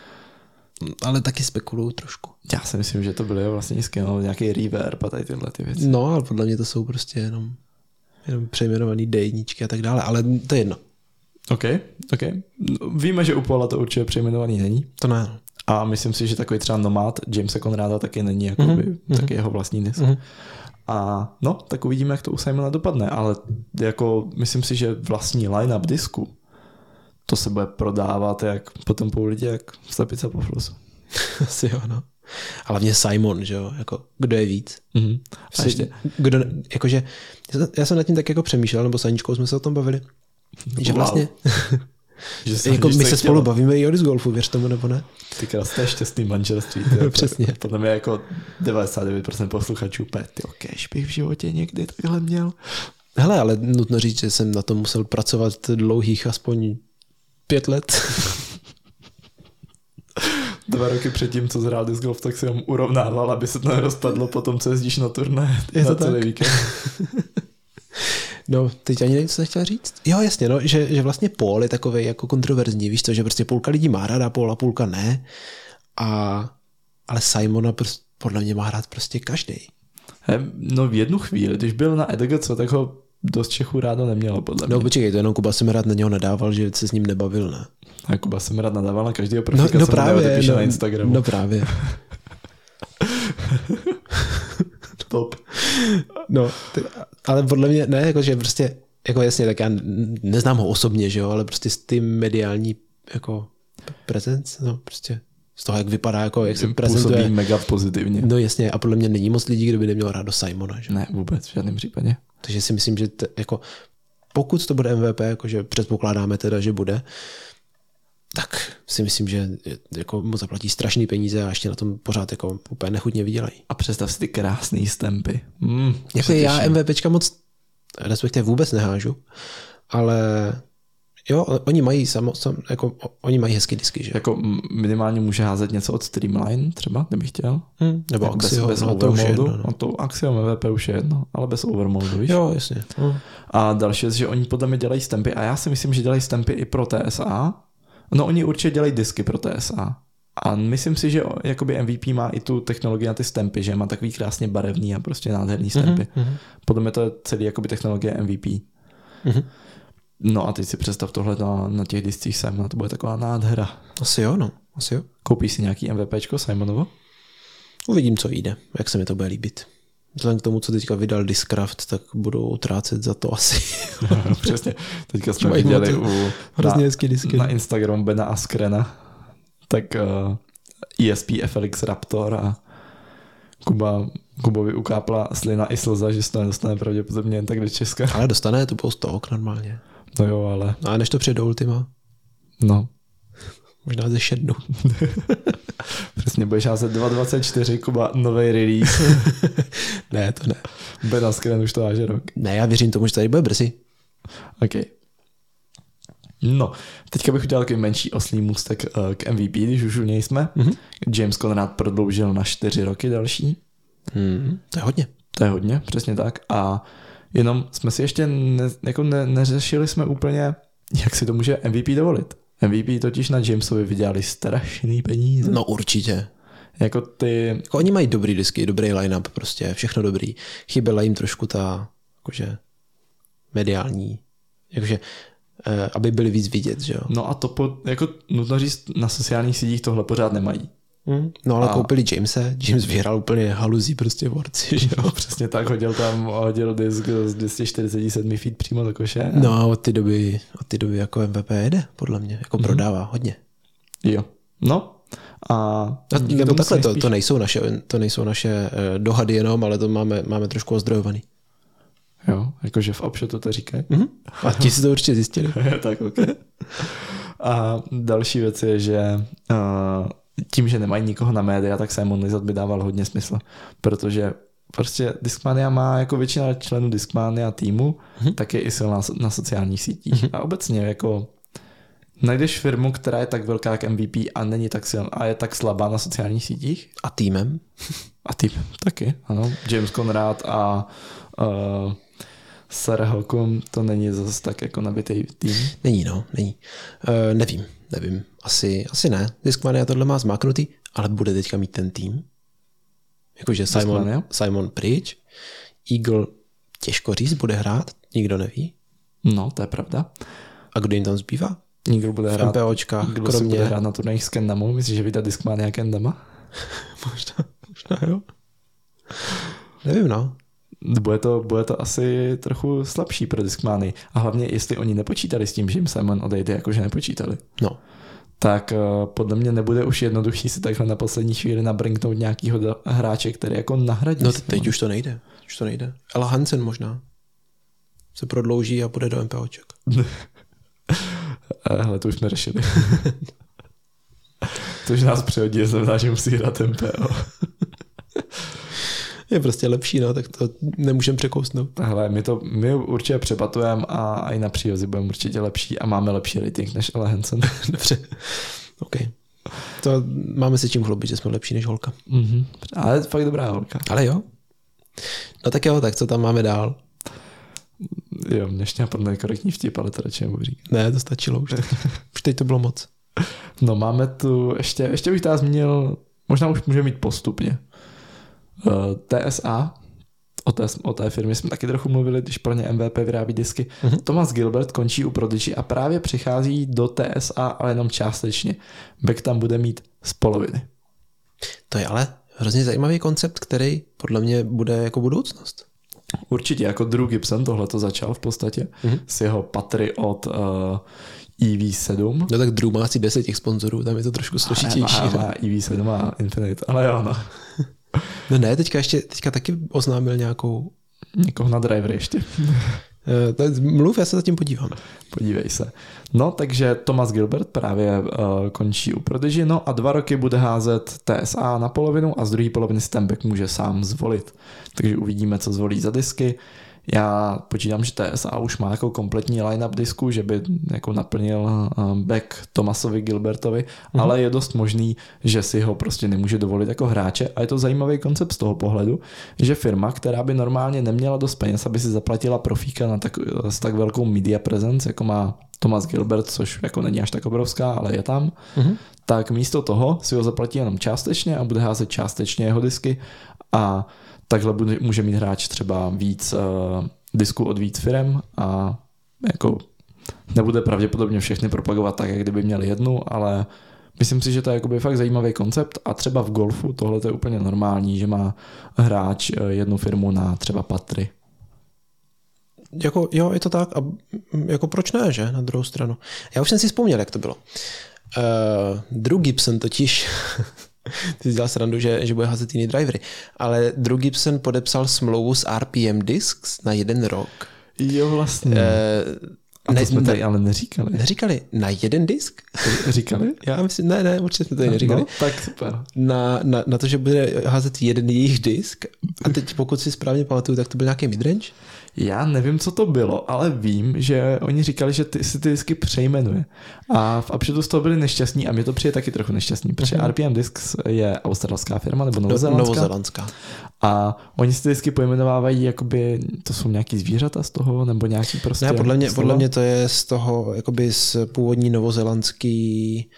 Ale taky spekuluju trošku. Já si myslím, že to byly vlastně disky, no, nějaký reverb a tady tyhle ty věci. No, ale podle mě to jsou prostě jenom přejmenovaný D1 a tak dále, ale to je jedno. OK. Víme, že u Paula to určitě přejmenovaný není. To ne. A myslím si, že takový třeba Nomad Jamesa Conrada taky není jakoby, taky jeho vlastní disk. A no, tak uvidíme, jak to u Simona dopadne, ale jako myslím si, že vlastní line-up disku to se bude prodávat jak potom po lidi, jak slepice po flusu. Asi jo, no. A hlavně Simon, že jo, jako kdo je víc. A ještě. Jakože, já jsem nad tím tak jako přemýšlel, nebo s Aničkou jsme se o tom bavili, že vlastně, že jako my se spolu bavíme i o disc golfu, věř tomu nebo ne? Ty krásné šťastný manželství. Přesně. Podle mě jako 99% posluchačů kež bych v životě někdy takhle měl. Hele, ale nutno říct, že jsem na tom musel pracovat dlouhých aspoň 5 let. 2 roky předtím, co zhrál disc golf, tak si ho urovnával, aby se to nerozpadlo potom, co jezdíš na turné. Je to celý tak? víkend. No, teď ani nevím, co jsem chtěl říct. Jo, jasně, no, že vlastně Paul je takovej jako kontroverzní, víš to, že prostě půlka lidí má ráda Paul a půlka ne. Ale Simona podle mě má rád prostě každý. No v jednu chvíli, když byl na EDGC, tak ho dost Čechů rádo nemělo, podle mě. No počkej, to jenom Kuba Semerad na něho nadával, že se s ním nebavil, ne? A Kuba Semerad nadával na každého profika, co právě, na Instagramu. No právě. Top. No, ale podle mě, ne, jakože prostě, jako jasně, tak já neznám ho osobně, že jo, ale prostě z ty mediální, jako, prezence, no prostě z toho, jak vypadá, jako, jak se prezentuje. Působí mega pozitivně. No jasně, a podle mě není moc lidí, kdo by neměl rád do Simona, že? Ne, vůbec, v žádném případě. Takže si myslím, že jako pokud to bude MVP, jakože předpokládáme teda, že bude, tak si myslím, že jako mu zaplatí strašný peníze a ještě na tom pořád jako úplně nechutně vydělají. A představ si ty krásný stempy. Jako já MVPčka moc, respektive vůbec nehážu, ale jo, oni mají oni mají hezký disky, že? Jako minimálně může házet něco od Streamline třeba, kdybych chtěl. Nebo jako Axio, bez to už je jedno. No to Axio MVP už je jedno, ale bez overmodu, víš? Jo, jasně. A další věc, že oni podle mě dělají stempy a já si myslím, že dělají stempy i pro TSA. No oni určitě dělají disky pro TSA. A myslím si, že jakoby MVP má i tu technologii na ty stempy, že má takový krásně barevný a prostě nádherný stempy. Podle mě to je celý jakoby technologie MVP. No a teď si představ tohle na těch discích Simona, to bude taková nádhera. Asi jo. Koupíš si nějaký MVPčko Simonovo? Uvidím, co vyjde, jak se mi to bude líbit. Vzhledem k tomu, co teďka vydal Discraft, tak budou utrácet za to asi. Přesně. Teďka jsme viděli na Instagramu Bena Askrena, tak ESP FLX Raptor a Kubovi ukápla slina i slza, že se to nedostane pravděpodobně jen tak do Česka. Ale dostane tu post normálně. No jo, ale... A než to přijde do Ultima? No. Možná ze šednu. Přesně, budeš házet 2.24, Kuba, novej release. Ne, to ne. Ben Askren už to háže rok. Ne, já věřím tomu, že tady bude brzy. OK. No, teďka bych udělal takový menší oslý můstek k MVP, když už u něj jsme. James Conrad prodloužil na 4 roky další. To je hodně. To je hodně, přesně tak. A jenom jsme si ještě neřešili jsme úplně, jak si to může MVP dovolit. MVP totiž na Jamesovi vydělali strašný peníze. No určitě. Jako oni mají dobrý disky, dobrý line-up, prostě všechno dobrý. Chyběla jim trošku ta jakože mediální, jakože aby byli víc vidět, že jo. No a to jako nutno říct, na sociálních sítích tohle pořád nemají. No ale koupili Jamese, James vyhrál úplně haluzí prostě v Orci, že jo. Přesně tak, hodil disk z 247 feet přímo do koše. No a od té doby jako MVP jede, podle mě, jako prodává hodně. Jo, no. Nebo takhle, to nejsou naše dohady jenom, ale to máme trošku ozdrojovaný. Jo, jakože v Upshotu to říkají. A ti si to určitě zjistili. Tak, ok. A další věc je, že tím, že nemají nikoho na média, tak Simon Lizotte by dával hodně smysl, protože prostě Discmania má jako většina členů Discmania týmu, tak je i silná na sociálních sítích. A obecně jako najdeš firmu, která je tak velká jak MVP a není tak silná a je tak slabá na sociálních sítích. A týmem. A týmem taky, ano. James Conrad a Sarah Holcomb, to není zase tak jako nabitý tým. Není. Nevím. Asi ne. Discmania tohle má zmáknutý, ale bude teďka mít ten tým. Jakože Simon pryč, Eagle těžko říct, bude hrát, nikdo neví. No, to je pravda. A kdo jim tam zbývá? Eagle bude hrát. MPOčkách, kromě... bude hrát na turnajích s Kendamou. Myslíš, že vydá Discmania Kendama? Možná jo. Nevím, no. Bude to asi trochu slabší pro Discmany. A hlavně, jestli oni nepočítali s tím, že jim Simon odejde, jakože nepočítali. No. Tak podle mě nebude už jednoduchý si takhle na poslední chvíli nabrnknout nějakýho hráče, který jako nahradí. No teď už to nejde. Ella Hansen možná se prodlouží a půjde do MPOček. Hele, to už jsme řešili. To už nás přehodí, znamená, že musí hrát MPO. Je prostě lepší, no, tak to nemůžeme překousnout. Hele, my určitě přepatujeme a i na příjezdy budeme určitě lepší a máme lepší rating než Ella Hansen. Dobře. OK. To máme se čím chlubit, že jsme lepší než holka. Ale je fakt dobrá holka. Ale jo. No tak jo, tak co tam máme dál? Jo, mě ještě napadne korektní vtip, ale to radši nebudu říkat. Ne, to stačilo už. Už teď to bylo moc. No máme tu, ještě bych tady zmínil, možná už můžeme mít postupně. TSA, o té firmě jsme taky trochu mluvili, když pro ně MVP vyrábí disky. Thomas Gilbert končí u Prodigy a právě přichází do TSA, ale jenom částečně. Beck tam bude mít z poloviny. To je ale hrozně zajímavý koncept, který podle mě bude jako budoucnost. Určitě, jako Drew Gibson tohle to začal v podstatě s jeho patry od EV7. No tak Drew má asi 10 těch sponzorů, tam je to trošku složitější. Má EV7 a Infinite, ale jo, no. No ne, teďka taky oznámil někoho na driver ještě. Mluv, já se zatím podívám. Podívej se. No, takže Thomas Gilbert právě končí u Prodigy, no a 2 roky bude házet TSA na polovinu a z druhé poloviny Stambek může sám zvolit. Takže uvidíme, co zvolí za disky. Já počítám, že TSA už má jako kompletní line-up disku, že by jako naplnil back Thomasovi Gilbertovi, ale je dost možný, že si ho prostě nemůže dovolit jako hráče a je to zajímavý koncept z toho pohledu, že firma, která by normálně neměla dost peněz, aby si zaplatila profíka s tak velkou media presence, jako má Thomas Gilbert, což jako není až tak obrovská, ale je tam, tak místo toho si ho zaplatí jenom částečně a bude házet částečně jeho disky a takhle může mít hráč třeba víc disků od víc firem a jako nebude pravděpodobně všechny propagovat tak, jak kdyby měli jednu, ale myslím si, že to je jakoby fakt zajímavý koncept a třeba v golfu tohle je úplně normální, že má hráč jednu firmu na třeba patry. Jako, jo, je to tak a jako proč ne, že? Na druhou stranu. Já už jsem si vzpomněl, jak to bylo. Drew Gibson totiž ty jsi dělal srandu, že bude házet jiný drivery. Ale Drew Gibson podepsal smlouvu s RPM Discs na 1 rok. Jo, vlastně. A to jsme tady ale neříkali. Neříkali? Na 1 disk? Říkali? Já myslím, ne, určitě jsme tady neříkali. No, tak super. Na to, že bude házet jeden jejich disk. A teď pokud si správně pamatuju, tak to byl nějaký midrange? Já nevím, co to bylo, ale vím, že oni říkali, že si ty disky přejmenuje. A v Upshotu z toho byli nešťastní a mě to přijde taky trochu nešťastný, protože RPM Discs je australská firma nebo novozelandská. A oni si ty disky pojmenovávají, jakoby to jsou nějaký zvířata z toho, nebo nějaký prostě... Ne, podle mě to je z toho, jakoby z původní novozelandský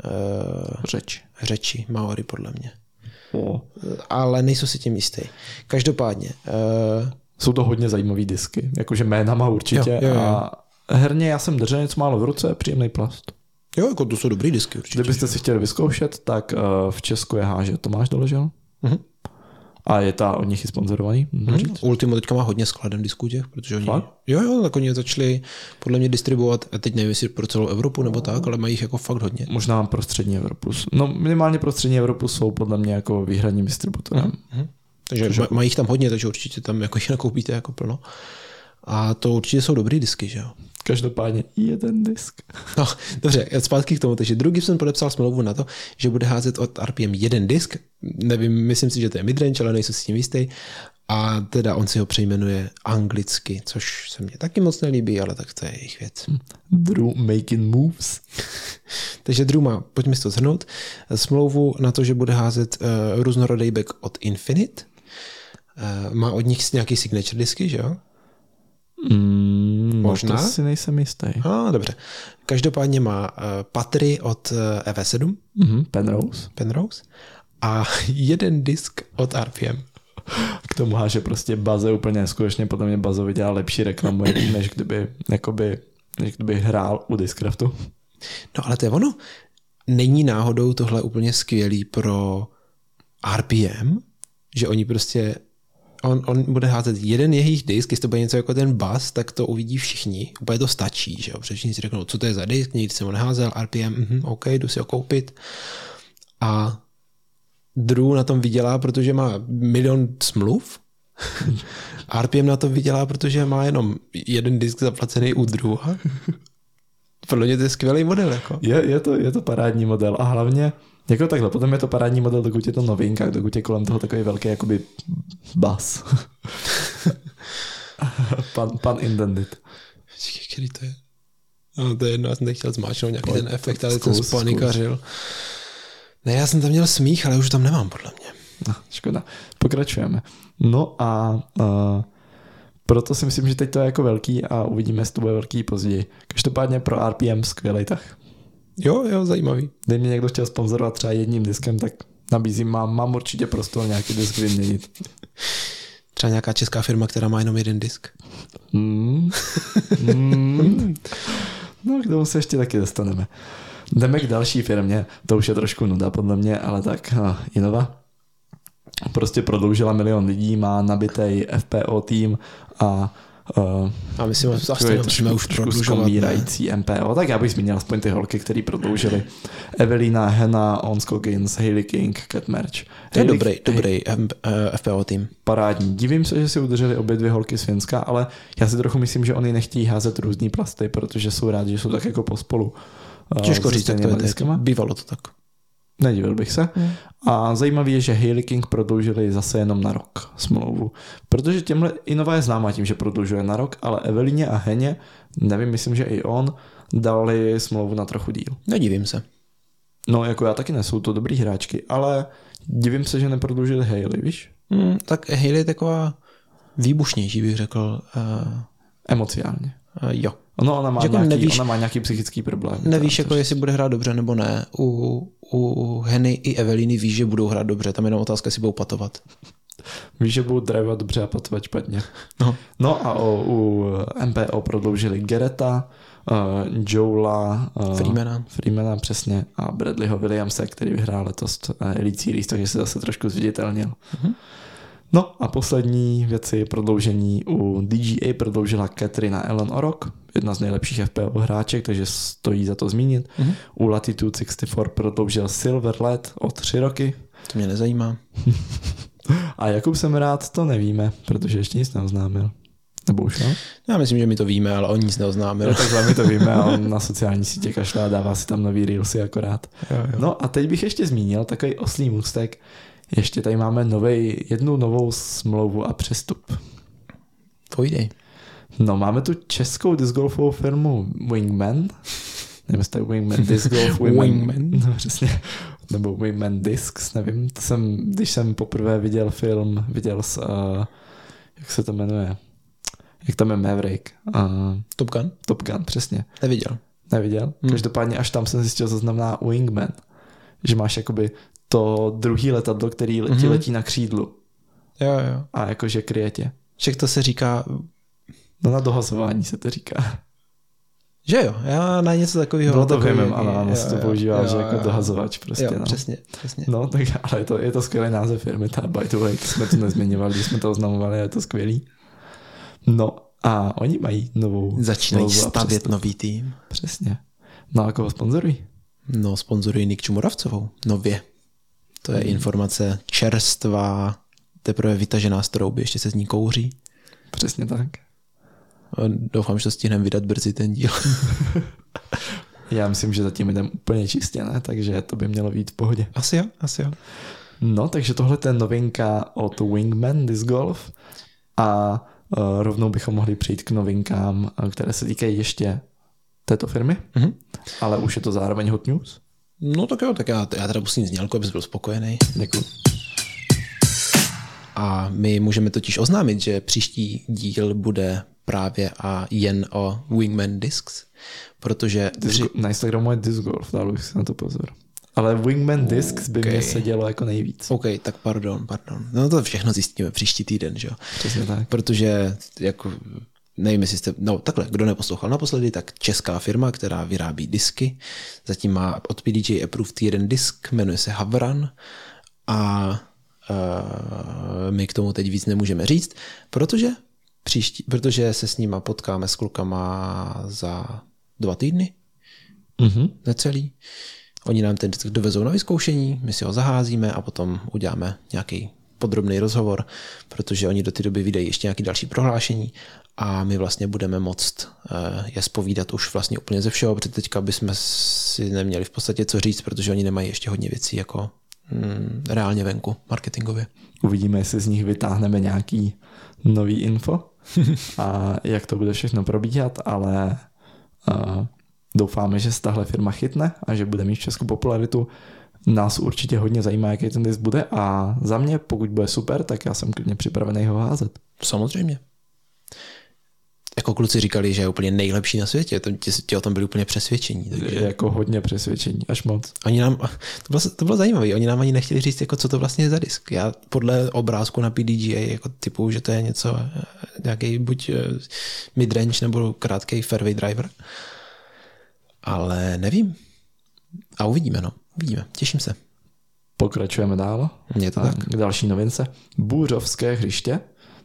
řeči, Maori podle mě. Ale nejsou si tím jistý. Každopádně... Jsou to hodně zajímavý disky, jakože jménama určitě jo. A herně já jsem držel něco málo v ruce, příjemný plast. Jo, jako to jsou dobrý disky určitě. Kdybyste si chtěli vyzkoušet, tak v Česku je háže Tomáš Doležel. A je ta od nich i sponzorovaný. Ultimo teďka má hodně skladem disků těch, protože oni... Jo, tak oni začali podle mě distribuovat, a teď nevím, jestli pro celou Evropu nebo tak, ale mají jich jako fakt hodně. Možná pro střední Evropu. No minimálně pro střední Evropu jsou podle mě jako výhradním distributorem. Takže mají jich tam hodně, takže určitě tam jako jich nakoupíte jako plno. A to určitě jsou dobrý disky, že jo? Každopádně 1 disk. No, dobře, zpátky k tomu. Takže Drew Gibson podepsal smlouvu na to, že bude házet od RPM 1 disk. Nevím, myslím si, že to je midrange, ale nejsem si tím jistý. A teda on si ho přejmenuje anglicky, což se mně taky moc nelíbí, ale tak to je jejich věc. Drew making moves. Takže Drew má, pojďme si to shrnout, smlouvu na to, že bude házet různorodý back od Infinite. Má od nich nějaký signature disky, že jo? Možná? To si nejsem jistý. Dobře. Každopádně má patry od EV7. Penrose. A 1 disk od RPM. K tomu háže prostě Baze úplně skutečně, podle mě Bazovi dělá lepší reklamu, než kdyby hrál u Discraftu. No ale to je ono. Není náhodou tohle úplně skvělý pro RPM, že oni prostě on bude házet 1 jejich disk, jestli to bude něco jako ten Buzz, tak to uvidí všichni. Úplně to stačí, že jo. Protože všichni si řeknou, co to je za disk, nikdy jsem ho neházel, RPM, OK, jdu si ho koupit. A Drew na tom vydělá, protože má 1 milion smluv. RPM na tom vydělá, protože má jenom 1 disk zaplacený u Drewa. Podle mě to je skvělý model. Jako. Je to parádní model a hlavně jako takhle, potom je to parádní model, dokud je to novinka, dokud je kolem toho takový velký jakoby bas. pan intended. Který to je? No, to je jedno, já jsem chtěl zmáčknout nějaký ten efekt, ale jsem spanikařil. Ne, já jsem tam měl smích, ale už tam nemám, podle mě. No, škoda. Pokračujeme. No a proto si myslím, že teď to je jako velký a uvidíme, jestli to bude velký později. Každopádně pro RPM skvělej tah. Jo, zajímavý. Kdyby mě někdo chtěl sponzorovat třeba 1 diskem, tak nabízím, mám určitě prostor nějaký disk vyměnit. Třeba nějaká česká firma, která má jenom 1 disk. No, k tomu se ještě taky dostaneme. Jdeme k další firmě, to už je trošku nuda podle mě, ale tak Innova. Prostě prodloužila 1 milion lidí, má nabitej FPO tým a A my si vlastně musíme už prodlužovat. Zkomírající MPO, tak já bych zmínil aspoň ty holky, které prodloužily. Evelina, Hannah, On Scoggins, Hailey King, Cat Merch. To je dobrý FPO tým. Parádní. Divím se, že si udrželi obě dvě holky z Finska, ale já si trochu myslím, že oni nechtějí házet různý plasty, protože jsou rádi, že jsou tak jako pospolu. Těžko říct, jak to je teď. Bývalo to tak. Nedivil bych se. A zajímavé je, že Hailey King prodloužili zase jenom na rok smlouvu. Protože těmhle Inova je známá tím, že prodlužuje na rok, ale Evelině a Heně, nevím, myslím, že i on, dali smlouvu na trochu díl. Nedivím se. No, jako já taky nesou to dobrý hráčky, ale divím se, že neprodlužili Hailey, víš? Tak Hailey je taková výbušnější, bych řekl. Emociálně. Jo. No, ona má nějaký psychický problém. Nevíš, jako jestli bude hrát dobře nebo ne. U Henny i Eveliny víš, že budou hrát dobře. Tam je jenom otázka, jestli budou patovat. Víš, že budou drivovat dobře a patovat špatně. No a u MPO prodloužili Gereta, Joela, Freemana přesně, a Bradleyho Williamse, který vyhrál letos Elite Series, takže se zase trošku zviditelnil. No a poslední věci prodloužení u DGA prodloužila Katrina Ellen Orok, jedna z nejlepších FPO hráček, takže stojí za to zmínit. U Latitude 64 prodloužil Silver Led o 3 roky. To mě nezajímá. A Jakub Semerát to nevíme, protože ještě nic neoznámil. Nebo už, no? Já myslím, že my to víme, ale on nic neoznámil. Takhle my to víme a on na sociální sítě kašle a dává si tam nový reelsy akorát. Jo. No a teď bych ještě zmínil takový oslý můstek. Ještě tady máme jednu novou smlouvu a přestup. Pojdej. No, máme tu českou discgolfovou firmu Wingman. Nevím, jestli to je Wingman Disc Golf. Wingman. No, přesně. Nebo Wingman Discs, nevím. Když jsem poprvé viděl film, jak se to jmenuje? Jak tam je Maverick? Top Gun? Top Gun, přesně. Neviděl? Každopádně až tam jsem zjistil, co znamená Wingman. Že máš jakoby to druhý letadlo, který letí na křídlu. Jo. A jakože kryje tě. Však to se říká... No na dohazování se to říká. Že jo, já na něco takového... Bylo to vymem, ano, se to používá, že jako dohazovač prostě. Jo, no. Přesně. No, tak, ale je to skvělý název firmy, ta by the way, jsme to nezměňovali, když jsme to oznamovali, je to skvělý. No a oni mají novou... Začínají stavět nový tým. Přesně. No a koho sponzorují? No, sponzorují Nikču Moravcovou. Nově. To je informace čerstvá, teprve vytažená z trouby, ještě se z ní kouří. Přesně tak. Doufám, že to stihneme vydat brzy ten díl. Já myslím, že zatím jdem úplně čistě, ne? Takže to by mělo být v pohodě. Asi jo. No, takže tohle je novinka od Wingman Disc Golf a rovnou bychom mohli přijít k novinkám, které se týkají ještě této firmy, ale už je to zároveň hot news. No tak jo, tak já teda pustím znělku, abys byl spokojený. Děkuji. A my můžeme totiž oznámit, že příští díl bude právě a jen o Wingman Discs, protože... Na Instagramu je Disc Golf, dal bych si na to pozor. Ale Wingman Discs by mě sedělo jako nejvíc. OK, tak pardon. No to všechno zjistíme příští týden, že jo? Přesně tak. Protože jako... Nevím, jestli jste, no takhle, kdo neposlouchal naposledy, tak česká firma, která vyrábí disky, zatím má od PDJ approved jeden disk, jmenuje se Havran a my k tomu teď víc nemůžeme říct, protože se s nima potkáme s klukama za 2 týdny, necelý. Oni nám ten disk dovezou na vyzkoušení, my si ho zaházíme a potom uděláme nějaký podrobný rozhovor, protože oni do té doby vydají ještě nějaké další prohlášení a my vlastně budeme moct je zpovídat už vlastně úplně ze všeho, protože teďka bychom si neměli v podstatě co říct, protože oni nemají ještě hodně věcí jako reálně venku, marketingově. Uvidíme, jestli z nich vytáhneme nějaký nový info a jak to bude všechno probíhat, ale doufáme, že se tahle firma chytne a že bude mít v Česku popularitu. Nás určitě hodně zajímá, jaký ten disk bude a za mě, pokud bude super, tak já jsem klidně připravený ho házet. Samozřejmě. Jako kluci říkali, že je úplně nejlepší na světě, ti o tom byli úplně přesvědčení. Takže... Jako hodně přesvědčení, až moc. Oni nám, to bylo zajímavé, oni nám ani nechtěli říct, jako, co to vlastně je za disk. Já podle obrázku na PDGA jako typu, že to je něco, nějaký buď midrange nebo krátký fairway driver, ale nevím. A uvidíme, těším se. Pokračujeme dál. Je to tak. K další novince. Bůřovské hřiště,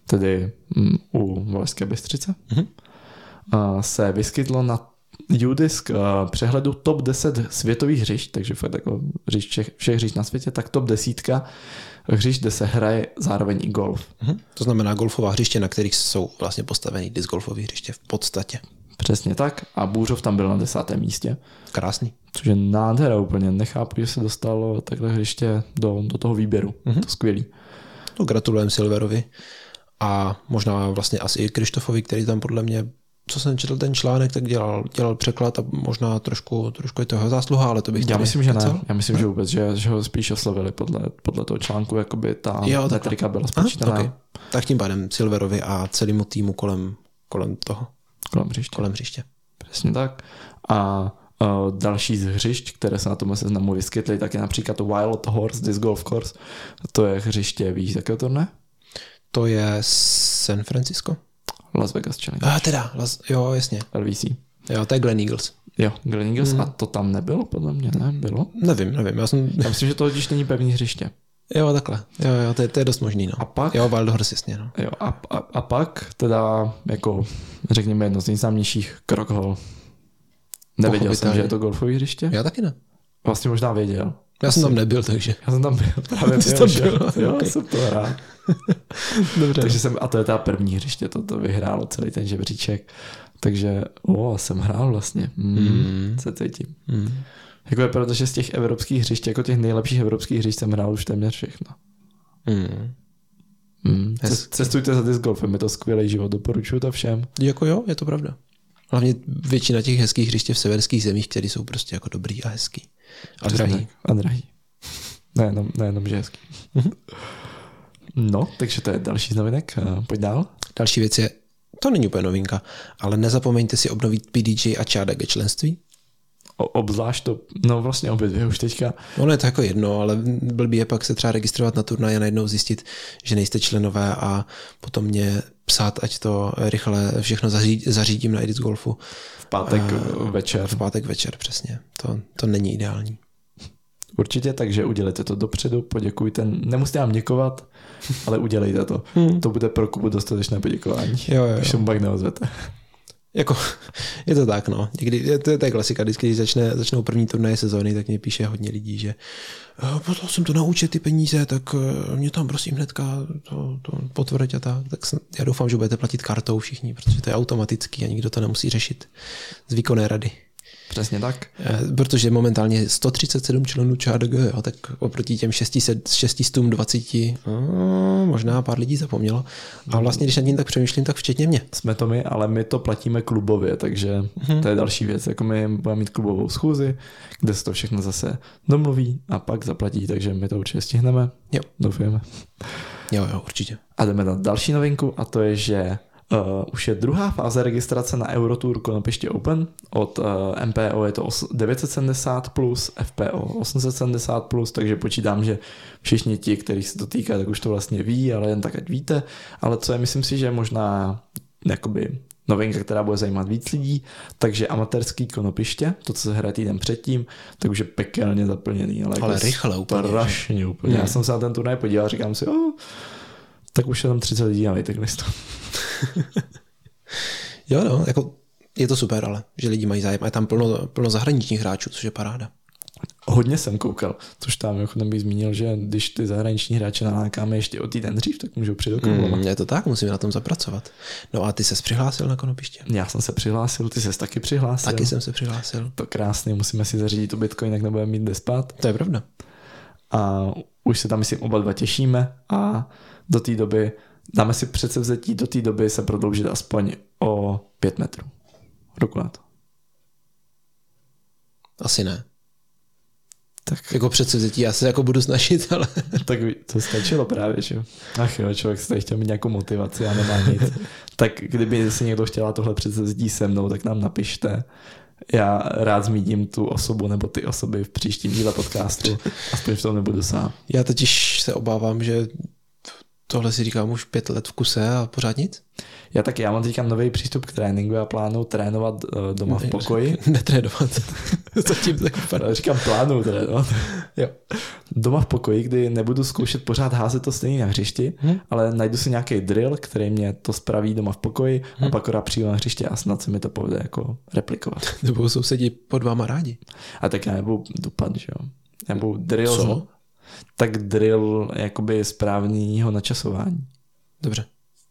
tedy u Valašské Bystřice, se vyskytlo na Udisk přehledu top 10 světových hřišť, takže fakt jako všech hřišť na světě, tak top 10 hřišť, kde se hraje zároveň i golf. To znamená golfová hřiště, na kterých jsou vlastně postavený disc golfové hřiště v podstatě. Přesně tak a Bůřov tam byl na 10. místě. Krásný. Což je nádhera úplně, nechápu, že se dostalo takhle hřiště do toho výběru. To skvělý. No, gratulujem Silverovi a možná vlastně asi i Krištofovi, který tam podle mě, co jsem četl ten článek, tak dělal překlad a možná trošku je to jeho zásluha, ale to bych Já myslím, že ne. Já myslím, že vůbec, že ho spíš oslovili podle toho článku, jakoby ta metrika byla spočítaná. Okay. Tak tím pádem Silverovi a celému týmu kolem toho. Kolem hřiště. Přesně tak. A další z hřišť, které se na tomhle seznamu vyskytly, tak je například to Wild Horse Disc Golf Course. To je hřiště, víš, z jakého turné? To je San Francisco. Las Vegas Challenge. Jo, jasně. LVC. Jo, to je Glen Eagles. Jo, Glen Eagles. A to tam nebylo, podle mě, ne? Bylo? Nevím. Já myslím, že to totiž není pevný hřiště. Jo, takhle. Jo, to je dost možný, no. A pak? Jo, Wild Horse, jasně, no. Jo, a pak teda, jako, řekněme, jedno z nejznámějších Krok-Hole. Nevěděl jsem, že je to golfové hřiště. Já taky ne. Vlastně možná věděl. Já jsem tam nebyl, takže. Já jsem tam byl, právě byl. Jo, okay. Jsem to hrál. Dobře. Takže a to je ta první hřiště, to vyhrálo celý ten žebříček. Takže, jsem hrál vlastně. Se cítím. Jako je pravda, že z těch evropských hřišť, jako těch nejlepších evropských hřišť jsem hrál už téměř všechno. Cestujte za disc golfem, je to skvělý život, doporučuji to všem. Jako jo, je to pravda. Hlavně většina těch hezkých hřiště v severských zemích, které jsou prostě jako dobrý a hezký. A drahý. Nejenom, že hezký. No, takže to je další z novinek. Pojď dál. Další věc je, to není úplně novinka, ale nezapomeňte si obnovit PDJ a ČDG členství. Obzvlášť to, vlastně obě dvě už teďka. Ono je to jako jedno, ale blbý je pak se třeba registrovat na turnaj a najednou zjistit, že nejste členové a potom mě psát, ať to rychle všechno zařídím na Edis Golfu. V pátek večer, přesně. To není ideální. Určitě, takže udělejte to dopředu, poděkujte. Nemusíte nám děkovat, ale udělejte to. To bude pro Kubu dostatečné poděkování. Jo. Když se mu pak neozvete. Jako, je to tak, no. Někdy, to je klasika, vždycky, když začnou první turnaje sezóny, tak mě píše hodně lidí, že potom jsem to naučit ty peníze, tak mě tam prosím hnedka to potvrď a tak. Tak já doufám, že budete platit kartou všichni, protože to je automatický a nikdo to nemusí řešit z výkonné rady. Přesně tak. Protože momentálně 137 členů ČDG, tak oproti těm 620 možná pár lidí zapomnělo. A vlastně, když nad tím tak přemýšlím, tak včetně mě. Jsme to my, ale my to platíme klubově, takže to je další věc. Jako my budeme mít klubovou schůzi, kde se to všechno zase domluví a pak zaplatí, takže my to určitě stihneme. Jo. Doufujeme. Jo, určitě. A jdeme na další novinku a to je, že už je druhá fáze registrace na Eurotour Konopiště Open. Od MPO je to 970+, FPO 870+, takže počítám, že všichni ti, kterých se to týká, tak už to vlastně ví, ale jen tak, ať víte. Ale co je, myslím si, že možná jakoby novinka, která bude zajímat víc lidí, takže amatérský Konopiště, to, co se hraje týden předtím, tak už je pekelně zaplněný. Ale rychle úplně. Strašně úplně. Já jsem se na ten turnaj podíval a říkám si, tak už je tam 30 lidí na waiting listu. Jo, no, jako je to super, ale že lidi mají zájem. A je tam plno zahraničních hráčů, což je paráda. Hodně jsem koukal, což tam mimochodem bych zmínil, že když ty zahraniční hráče nalákáme ještě o týden dřív, tak můžou přijít do Krumlova. Je to tak, musíme na tom zapracovat. No a ty ses přihlásil na Konopiště? Já jsem se přihlásil, ty ses taky přihlásil. Taky jsem se přihlásil. To krásně, musíme si zařídit ubytko, jinak nebudeme mít kde spát. To je pravda. A už se tam, myslím, oba dva těšíme a do té doby dáme si předsevzetí do té doby se prodloužit aspoň o 5 metrů. Roku na to. Asi ne. Tak jako předsevzetí, já se jako budu snažit, ale... Tak to stačilo právě, že? Ach jo, člověk se tady chtěl mít nějakou motivaci a nemá nic. Tak kdyby si někdo chtěla tohle předsevzetí se mnou, tak nám napište. Já rád zmíním tu osobu nebo ty osoby v příštím díle podcastu. Aspoň v tom nebudu sám. Já totiž se obávám, že tohle si říkám už 5 let v kuse a pořád nic. Já mám teďka nový přístup k tréninku a plánu trénovat doma v pokoji. Netrénovat. Zatím tak vypadá. Říkám plánu trénovat. Jo. doma v pokoji, kdy nebudu zkoušet pořád házet to stejný na hřišti, ale najdu si nějaký drill, který mě to spraví doma v pokoji a pak akorát přijdu na hřiště a snad se mi to povede jako replikovat. Nebo sousedí pod váma rádi. A tak já nebudu dupat, že jo. Já budu drill. Co? Tak drill jakoby správného načasování. Dobře.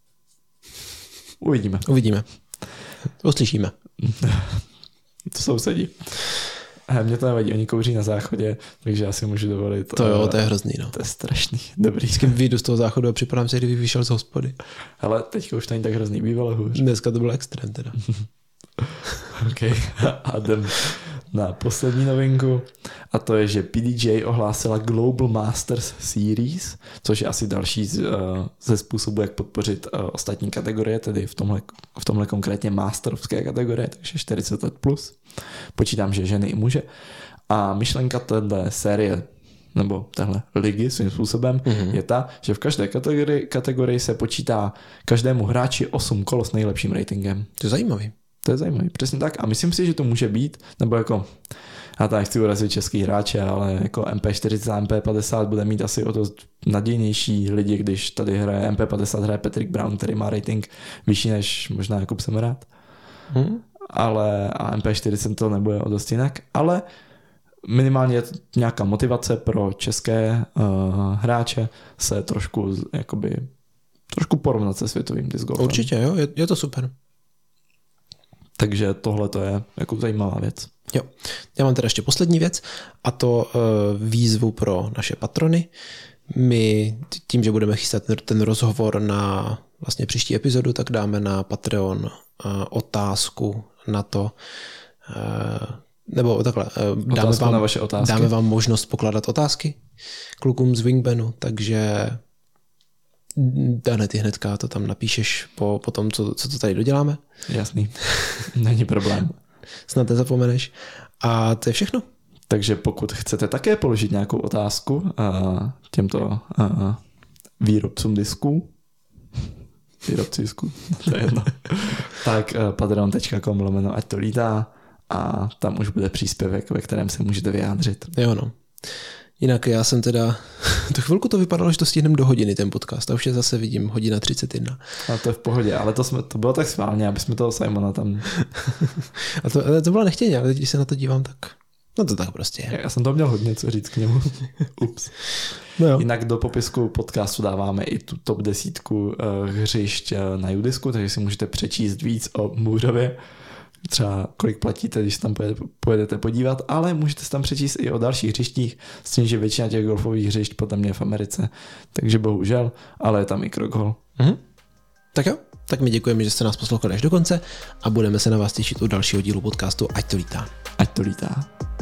Uvidíme. Uslyšíme. To sousedí. Mně to nevadí, oni kouří na záchodě, takže já si můžu dovolit. To jo, to je hrozný, no. To je strašný. Dobrý. Vždycky vyjdu z toho záchodu a připadám se, kdyby vyšel z hospody. Ale teďka už to není tak hrozný, bývalo hůř. Dneska to byl extrém teda. OK. A jdem na poslední novinku a to je, že PDGA ohlásila Global Masters Series, což je asi další ze způsobů, jak podpořit ostatní kategorie, tedy v tomhle konkrétně masterovské kategorie, takže 40 let plus. Počítám, že ženy i muže. A myšlenka téhle série nebo téhle ligy svým způsobem je ta, že v každé kategorii se počítá každému hráči 8 kol s nejlepším ratingem. To je zajímavý. To je zajímavý, přesně tak. A myslím si, že to může být, nebo jako, já tady chci urazit český hráče, ale jako MP40 a MP50 bude mít asi o to nadějnější lidi, když tady hraje MP50, hraje Patrick Brown, který má rating vyšší než možná Jakub Semerát. Ale a MP40 to nebude o dost jinak, ale minimálně je to nějaká motivace pro české hráče se trošku porovnat se světovým disc golfem. Určitě, jo, je to super. Takže tohle to je jako zajímavá věc. Jo. Já mám teda ještě poslední věc a to výzvu pro naše patrony. My tím, že budeme chystat ten rozhovor na vlastně příští epizodu, tak dáme na Patreon otázku na to, nebo takhle, dáme vám možnost pokládat otázky klukům z Wingbanu, takže Dane, ty hnedka to tam napíšeš po tom, co to tady doděláme. Jasný, není problém. Snad nezapomeneš. A to je všechno. Takže pokud chcete také položit nějakou otázku těmto výrobcům disků, to je jedno, tak patreon.com/, ať to lítá a tam už bude příspěvek, ve kterém se můžete vyjádřit. Jo, no. Jinak já jsem teda, to chvilku to vypadalo, že to stihneme do hodiny ten podcast a už je zase vidím 1:31. A to je v pohodě, ale to bylo tak schválně, aby jsme toho Simona tam... A to bylo nechtěně, ale když se na to dívám, tak no to tak prostě je. Já jsem to měl hodně co říct k němu. Ups. No jo. Jinak do popisku podcastu dáváme i tu top 10 hřišť na Judisku, takže si můžete přečíst víc o Můřově. Třeba kolik platíte, když tam pojedete podívat, ale můžete si tam přečíst i o dalších hřištích, s tím, že většina těch golfových hřišť podle mě je v Americe, takže bohužel, ale je tam i Kroghol. Tak jo, tak my děkujeme, že jste nás poslouchali až do konce a budeme se na vás těšit u dalšího dílu podcastu Ať to lítá. Ať to lítá.